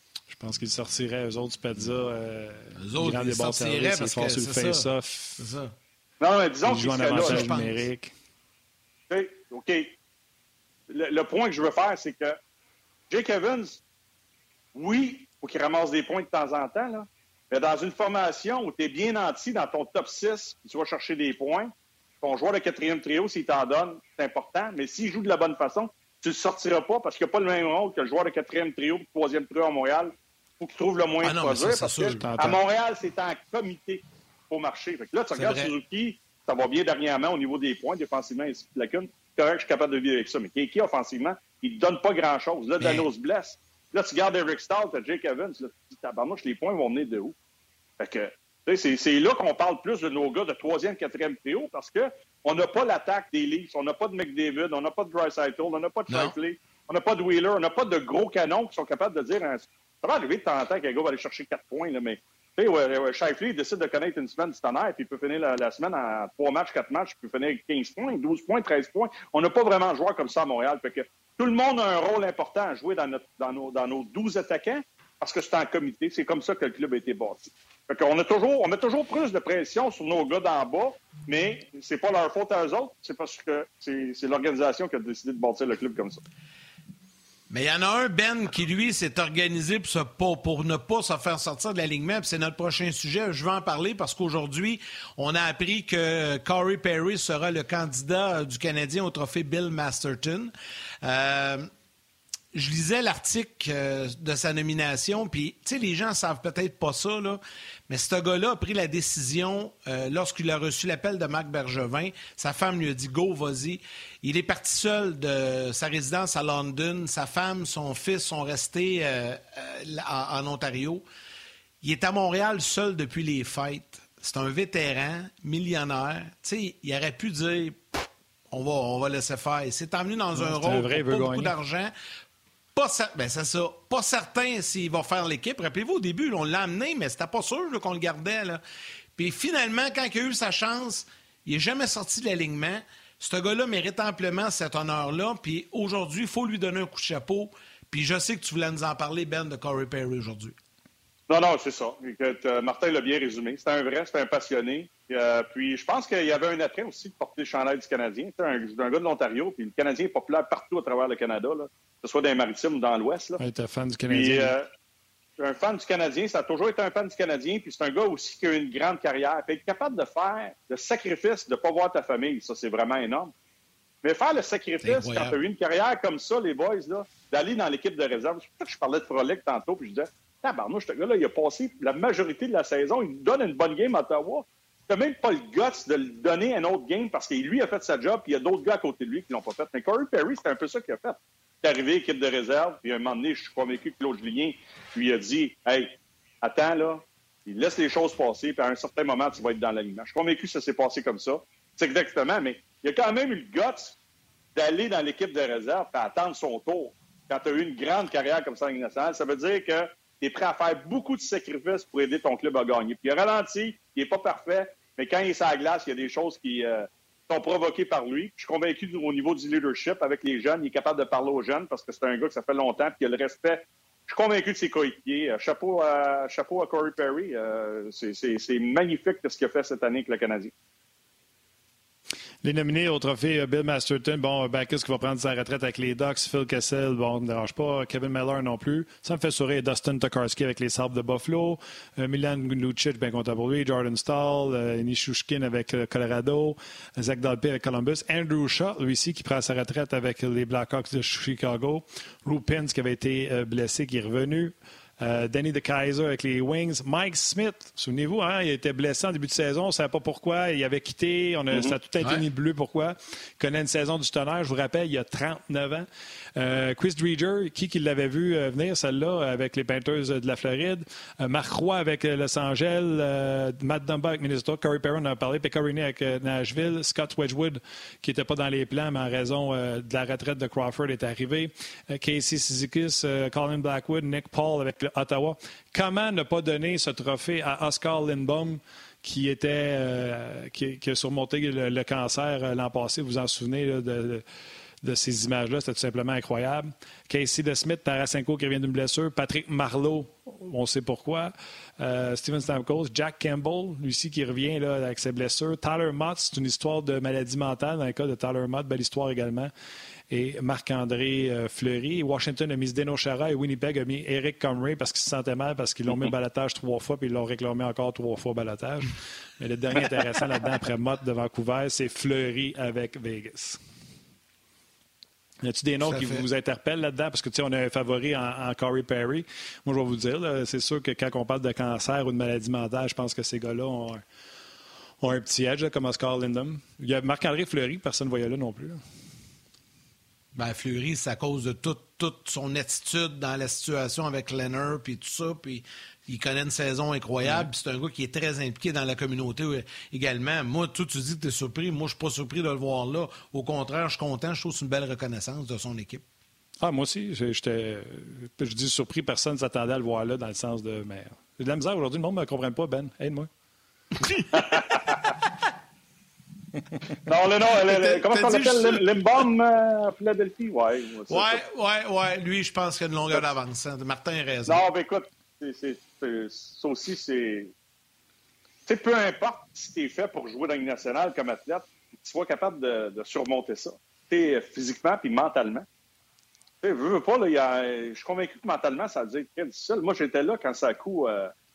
pense qu'ils sortiraient, eux autres, Spezza. Eux autres, ils sortiraient parce que c'est le face-off. C'est ça. Non, mais disons qu'ils jouent en avantage numérique. OK. Le point que je veux faire, c'est que Jake Evans, oui, il faut qu'il ramasse des points de temps en temps, là, mais dans une formation où tu es bien nanti dans ton top 6, tu vas chercher des points, ton joueur de quatrième trio, s'il t'en donne, c'est important, mais s'il joue de la bonne façon, tu ne le sortiras pas parce qu'il n'y a pas le même rôle que le joueur de quatrième trio et troisième trio à Montréal. Il faut qu'il trouve le moyen de produire parce qu'à Montréal, c'est en comité pour marcher. Fait que là, tu regardes Suzuki, ça va bien dernièrement au niveau des points, défensivement, et lacune. Correct, je suis capable de vivre avec ça. Mais Kiki, offensivement, il ne donne pas grand-chose. Là, Dano se blesse. Là, tu gardes Eric Stahl, tu as Jake Evans. Là, tu dis, tabarnouche, les points vont venir de où? Fait que, c'est là qu'on parle plus de nos gars de troisième, quatrième trio parce qu'on n'a pas l'attaque des Leafs, on n'a pas de McDavid, on n'a pas de Draisaitl, on n'a pas de Shifley, on n'a pas de Wheeler, on n'a pas de gros canons qui sont capables de dire... Ça va arriver de temps en temps qu'un gars va aller chercher 4 points, là, mais Shifley décide de connaître une semaine du tonnerre, puis il peut finir la semaine en 3 matchs, 4 matchs, il peut finir avec 15 points, 12 points, 13 points. On n'a pas vraiment de joueurs comme ça à Montréal. Fait que tout le monde a un rôle important à jouer dans nos 12 attaquants parce que c'est en comité. C'est comme ça que le club a été bâti. Fait qu'on met toujours plus de pression sur nos gars d'en bas, mais c'est pas leur faute à eux autres, c'est parce que c'est l'organisation qui a décidé de bâtir le club comme ça. Mais il y en a un, Ben, qui, lui, s'est organisé pour ne pas se faire sortir de l'alignement. Puis c'est notre prochain sujet. Je vais en parler parce qu'aujourd'hui, on a appris que Corey Perry sera le candidat du Canadien au trophée Bill Masterton. Je lisais l'article de sa nomination, puis, tu sais, les gens ne savent peut-être pas ça, là, mais ce gars-là a pris la décision, lorsqu'il a reçu l'appel de Marc Bergevin, sa femme lui a dit « Go, vas-y ». Il est parti seul de sa résidence à London. Sa femme, son fils sont restés en Ontario. Il est à Montréal seul depuis les fêtes. C'est un vétéran, millionnaire. Tu sais, il aurait pu dire « On va laisser faire ». Il s'est emmené dans un rôle pour pas beaucoup d'argent. C'est ça. Pas certain s'il va faire l'équipe. Rappelez-vous, au début, là, on l'a amené, mais c'était pas sûr là, qu'on le gardait. Là. Puis finalement, quand il a eu sa chance, il n'est jamais sorti de l'alignement. Ce gars-là mérite amplement cet honneur-là. Puis aujourd'hui, il faut lui donner un coup de chapeau. Puis je sais que tu voulais nous en parler, Ben, de Corey Perry aujourd'hui. Non, c'est ça. Martin l'a bien résumé. C'est un passionné. Puis je pense qu'il y avait un attrait aussi de porter le chandail du Canadien. C'est un gars de l'Ontario, puis le Canadien est populaire partout à travers le Canada, là, que ce soit dans les Maritimes ou dans l'Ouest. Là. Tu es fan du Canadien. Puis, un fan du Canadien, ça a toujours été un fan du Canadien, puis c'est un gars aussi qui a une grande carrière. Puis être capable de faire le sacrifice de ne pas voir ta famille, ça, c'est vraiment énorme. Mais faire le sacrifice quand tu as eu une carrière comme ça, les boys, là, d'aller dans l'équipe de réserve. C'est pour ça que je parlais de Frolic tantôt, puis je disais, tabarnouche, ce gars-là, il a passé la majorité de la saison, il nous donne une bonne game à Ottawa. Tu n'as même pas le guts de lui donner un autre game parce qu'il lui a fait sa job, puis il y a d'autres gars à côté de lui qui l'ont pas fait. Mais Corey Perry, c'est un peu ça qu'il a fait. Il est arrivé équipe de réserve, puis à un moment donné, je suis convaincu que Claude Julien lui a dit « Hey, attends, là, il laisse les choses passer, puis à un certain moment, tu vas être dans l'alignement. » Je suis convaincu que ça s'est passé comme ça. C'est exactement, mais il a quand même eu le guts d'aller dans l'équipe de réserve et attendre son tour. Quand tu as eu une grande carrière comme ça en Ligue nationale, ça veut dire que tu es prêt à faire beaucoup de sacrifices pour aider ton club à gagner. Puis il a ralenti, il n'est pas parfait, mais quand il est sur la glace, il y a des choses qui sont provoquées par lui. Je suis convaincu au niveau du leadership avec les jeunes, il est capable de parler aux jeunes parce que c'est un gars que ça fait longtemps puis il a le respect. Je suis convaincu de ses coéquipiers. Chapeau à Corey Perry. C'est magnifique ce qu'il a fait cette année avec le Canadien. Les nominés au trophée Bill Masterton, bon, Backes qui va prendre sa retraite avec les Ducks, Phil Kessel, bon, ne me dérange pas, Kevin Miller non plus. Ça me fait sourire Dustin Tokarski avec les Sabres de Buffalo, Milan Lucic, bien content pour lui, Jordan Stahl, Nishushkin avec Colorado, Zach Dalpe avec Columbus, Andrew Shaw, lui ici, qui prend sa retraite avec les Blackhawks de Chicago, Rupins qui avait été blessé, qui est revenu. Danny DeKeyser avec les Wings. Mike Smith, souvenez-vous, hein, il était blessé en début de saison, on ne savait pas pourquoi. Il avait quitté, ça a tout été nébuleux pourquoi. Il connaît une saison du tonnerre, je vous rappelle, il y a 39 ans. Chris Driedger, qui l'avait vu venir, celle-là, avec les Panthers de la Floride. Marc Roy avec Los Angeles. Matt Dumba avec Minnesota. Corey Perry, on en a parlé. Pecorini avec Nashville. Scott Wedgwood, qui n'était pas dans les plans, mais en raison de la retraite de Crawford, est arrivé. Casey Cizikas, Colin Blackwood, Nick Paul avec Ottawa. Comment ne pas donner ce trophée à Oscar Lindblom qui a surmonté le cancer l'an passé, vous vous en souvenez là, de ces images-là. C'était tout simplement incroyable. Casey DeSmith, Tarasenko qui revient d'une blessure. Patrick Marleau, on sait pourquoi. Steven Stamkos, Jack Campbell, lui aussi qui revient là, avec ses blessures. Tyler Mott, c'est une histoire de maladie mentale dans le cas de Tyler Mott. Belle histoire également. Et Marc-André Fleury. Washington a mis Zdeno Chara et Winnipeg a mis Eric Comrie parce qu'ils se sentaient mal parce qu'ils l'ont mis au balotage 3 fois puis ils l'ont réclamé encore 3 fois au balotage. Mais le dernier intéressant là-dedans après Mott de Vancouver, c'est Fleury avec Vegas. Y a-t-il des noms qui vous interpellent là-dedans? Parce que, tu sais, on a un favori en Corey Perry. Moi, je vais vous dire, là, c'est sûr que quand on parle de cancer ou de maladie mentale, je pense que ces gars-là ont un petit edge, là, comme Oscar Lindholm. Il y a Marc-André Fleury, personne ne voyait là non plus. Là. Ben, Fleury, c'est à cause de toute son attitude dans la situation avec Leonard puis tout ça. Puis il connaît une saison incroyable. Puis c'est un gars qui est très impliqué dans la communauté également. Moi, toi, tu dis que tu es surpris. Moi, je suis pas surpris de le voir là. Au contraire, je suis content. Je trouve que c'est une belle reconnaissance de son équipe. Ah, moi aussi. Je dis surpris. Personne ne s'attendait à le voir là dans le sens de... Mais j'ai de la misère aujourd'hui. Le monde ne me comprend pas, Ben. Aide-moi. Non, comment on l'appelle? Lindholm à Philadelphie? Ouais. Lui, je pense qu'il a une longueur d'avance. Hein. Martin a raison. Non, mais écoute, ça aussi, c'est... Tu sais, peu importe si tu es fait pour jouer dans une nationale comme athlète, tu sois capable de surmonter ça. Physiquement puis mentalement. Tu sais, veux pas, là, je suis convaincu que mentalement, ça a dû être très difficile. Moi, j'étais là quand Sakou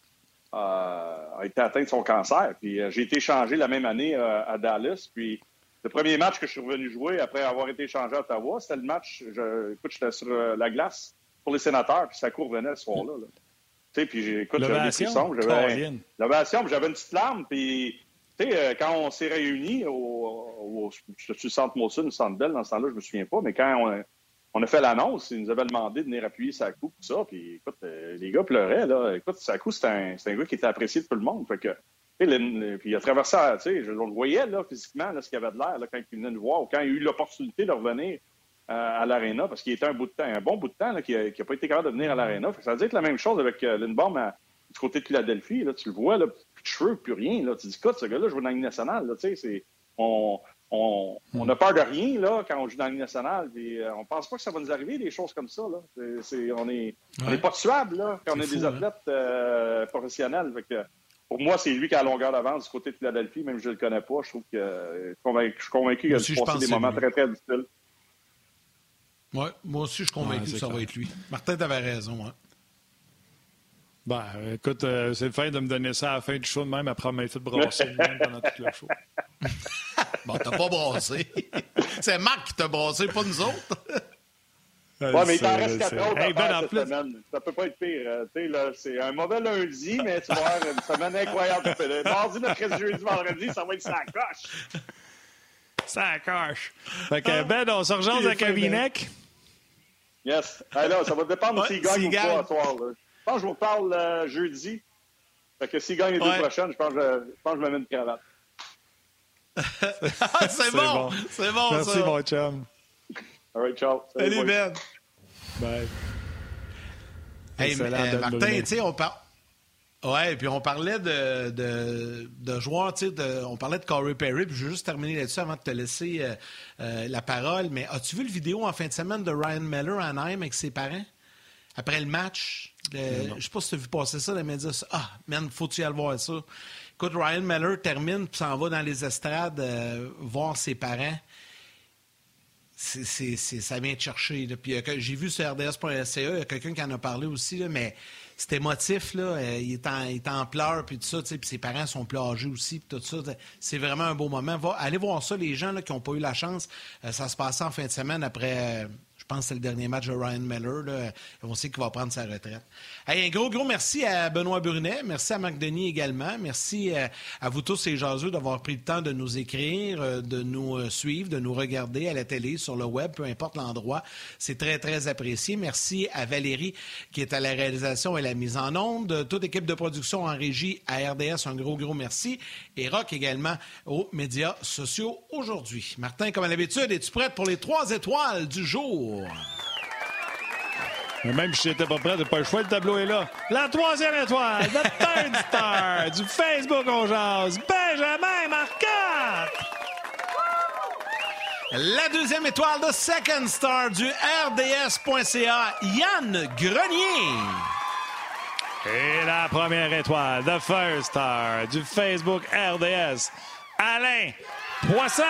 a été atteint de son cancer. Puis j'ai été échangé la même année à Dallas. Puis le premier match que je suis revenu jouer après avoir été échangé à Ottawa, c'était le match, j'étais sur la glace pour les Sénateurs. Puis Sakou revenait ce soir-là. Là. Tu sais, puis j'avais des frissons. L'ovation, j'avais une petite larme. Puis tu sais, quand on s'est réunis au centre Molson, le centre Bell, dans ce temps-là, je me souviens pas, mais quand on a fait l'annonce, ils nous avaient demandé de venir appuyer Sakou, tout ça, puis écoute, les gars pleuraient, là. Écoute, Sakou, c'est un gars qui était apprécié de tout le monde, fait que, puis il a traversé, tu sais, on le voyait, là, physiquement, là, ce qu'il avait de l'air, là, quand il venait nous voir, ou quand il a eu l'opportunité de revenir à l'Arena, parce qu'il était un bon bout de temps, là, qui n'a pas été capable de venir à l'Arena. Fait que ça veut dire que la même chose avec Lindholm du côté de Philadelphie, là, tu le vois, là, plus de cheveux, plus rien, là. Tu dis, écoute, ce gars-là joue dans la Ligue nationale, là, tu sais, on a peur de rien là, quand on joue dans la Ligue nationale. Puis, on pense pas que ça va nous arriver, des choses comme ça. Là. On n'est pas tuable là, quand on est des athlètes professionnels. Fait que, pour moi, c'est lui qui a la longueur d'avance du côté de Philadelphie, même si je ne le connais pas. Je trouve que je suis convaincu qu'il a passé des moments très, très difficiles. Oui, moi aussi, je suis convaincu que ça va être lui. Martin, tu avais raison. Hein? Ben, écoute, c'est le fait de me donner ça à la fin du show de même après m'être fait brasser pendant tout le show. Bon, t'as pas brassé. C'est Marc qui t'a brassé, pas nous autres. Oui, mais il t'en reste 4 autres cette semaine. Ça peut pas être pire. Là, c'est un mauvais lundi, mais tu vas avoir une semaine incroyable. Mardi, mercredi, jeudi, vendredi, ça va être ça coche. Ça coche. Fait que Ben, on se rejoint avec un Vinec. Yes. Là, ça va dépendre s'il gagne ou pas ce soir. Là. Je pense que je vous parle jeudi. Fait que s'il gagne les 2 prochaines, je pense que je me mets une cravate. C'est bon. C'est bon. Merci, ça. mon chum. All right, ciao. Salut, Ben. Bye. Hey, Martin, tu sais, on parle. Ouais, puis on parlait de joueurs, tu sais, on parlait de Corey Perry, puis je vais juste terminer là-dessus avant de te laisser la parole. Mais as-tu vu le vidéo en fin de semaine de Ryan Miller à Anaheim avec ses parents? Après le match, je sais pas si tu as vu passer ça, les médias. Ah, man, faut-tu y aller voir ça? Écoute, Ryan Miller termine puis s'en va dans les estrades voir ses parents. Ça vient te chercher. Là. Puis j'ai vu sur RDS.ca, il y a quelqu'un qui en a parlé aussi, là, mais c'est émotif. Là. Il est en pleurs puis tout ça, puis ses parents sont plus âgés aussi. Puis tout ça, c'est vraiment un beau moment. Allez voir ça, les gens là, qui n'ont pas eu la chance. Ça se passait en fin de semaine après... Je pense que c'est le dernier match de Ryan Miller. Là. On sait qu'il va prendre sa retraite. Hey, un gros merci à Benoît Brunet. Merci à Marc Denis également. Merci à vous tous, les jaseux, d'avoir pris le temps de nous écrire, de nous suivre, de nous regarder à la télé, sur le web, peu importe l'endroit. C'est très, très apprécié. Merci à Valérie qui est à la réalisation et la mise en onde. Toute équipe de production en régie à RDS, un gros merci. Et Rock également aux médias sociaux aujourd'hui. Martin, comme à l'habitude, es-tu prête pour les 3 étoiles du jour? Mais même si j'étais pas prêt, t'as pas le choix, le tableau est là. La 3e étoile, le third star du Facebook On Jase, Benjamin Marcotte! La deuxième étoile de Second Star du RDS.ca, Yann Grenier. Et la première étoile, The First Star du Facebook RDS, Alain Poisson.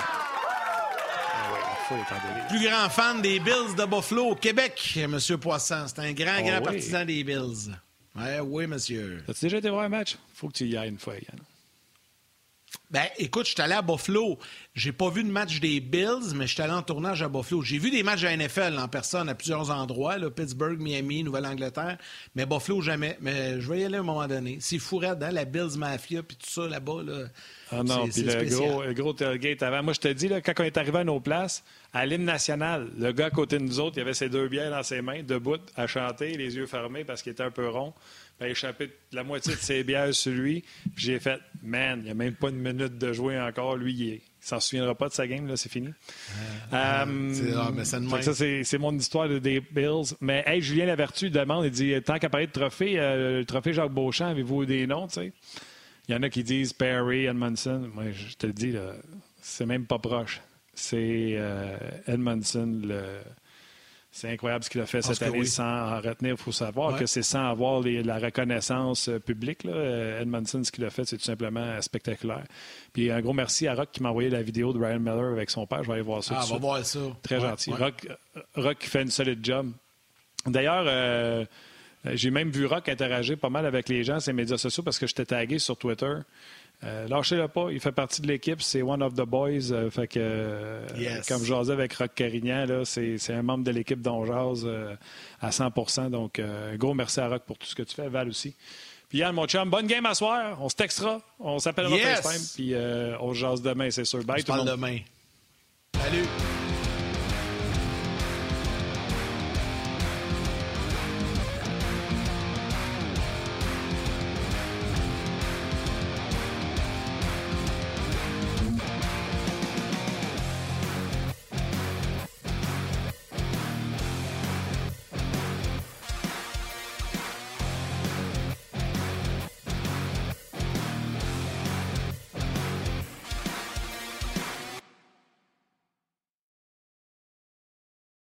Plus grand fan des Bills de Buffalo au Québec, M. Poisson. C'est un grand partisan des Bills. Oui, monsieur. As-tu déjà été voir un match? Faut que tu y ailles une fois, Yann. Ben, écoute, je suis allé à Buffalo. J'ai pas vu de match des Bills, mais je suis allé en tournage à Buffalo. J'ai vu des matchs de la NFL en personne à plusieurs endroits, là, Pittsburgh, Miami, Nouvelle-Angleterre, mais Buffalo, jamais. Mais je vais y aller à un moment donné. C'est fou raide, hein, la Bills Mafia, puis tout ça là-bas. Là, ah non, puis le gros tailgate avant. Moi, je te dis, là, quand on est arrivé à nos places, à l'hymne national, le gars à côté de nous autres, il avait ses 2 bières dans ses mains, debout, à chanter, les yeux fermés parce qu'il était un peu rond. Il a échappé la moitié de ses bières sur lui. Puis j'ai fait, man, il n'y a même pas une minute de jouer encore. Lui, il s'en souviendra pas de sa game, là, c'est fini. Mais ça c'est mon histoire des Bills. Mais hey, Julien Lavertu demande, il dit, tant qu'à parler de trophée, le trophée Jacques Beauchamp, avez-vous des noms, tu sais? Il y en a qui disent Perry, Edmondson. Moi, je te le dis, là, c'est même pas proche. C'est Edmondson, c'est incroyable ce qu'il a fait cette année sans en retenir. Il faut savoir que c'est sans avoir la reconnaissance publique. Là. Edmondson, ce qu'il a fait, c'est tout simplement spectaculaire. Puis un gros merci à Rock qui m'a envoyé la vidéo de Ryan Miller avec son père. Je vais aller voir ça. On va voir ça. Très gentil. Rock qui fait une solide job. D'ailleurs, j'ai même vu Rock interagir pas mal avec les gens sur les médias sociaux parce que j'étais tagué sur Twitter. Lâchez-le pas, il fait partie de l'équipe, c'est one of the boys. Fait que, comme je jasais avec Rock Carignan, là, c'est un membre de l'équipe dont jase à 100%. Donc, gros merci à Rock pour tout ce que tu fais, Val aussi. Puis Yann, mon chum, bonne game à soir. On se textera, on s'appellera FaceTime, puis on se jase demain, c'est sûr. Bye tout le monde. Demain. Salut.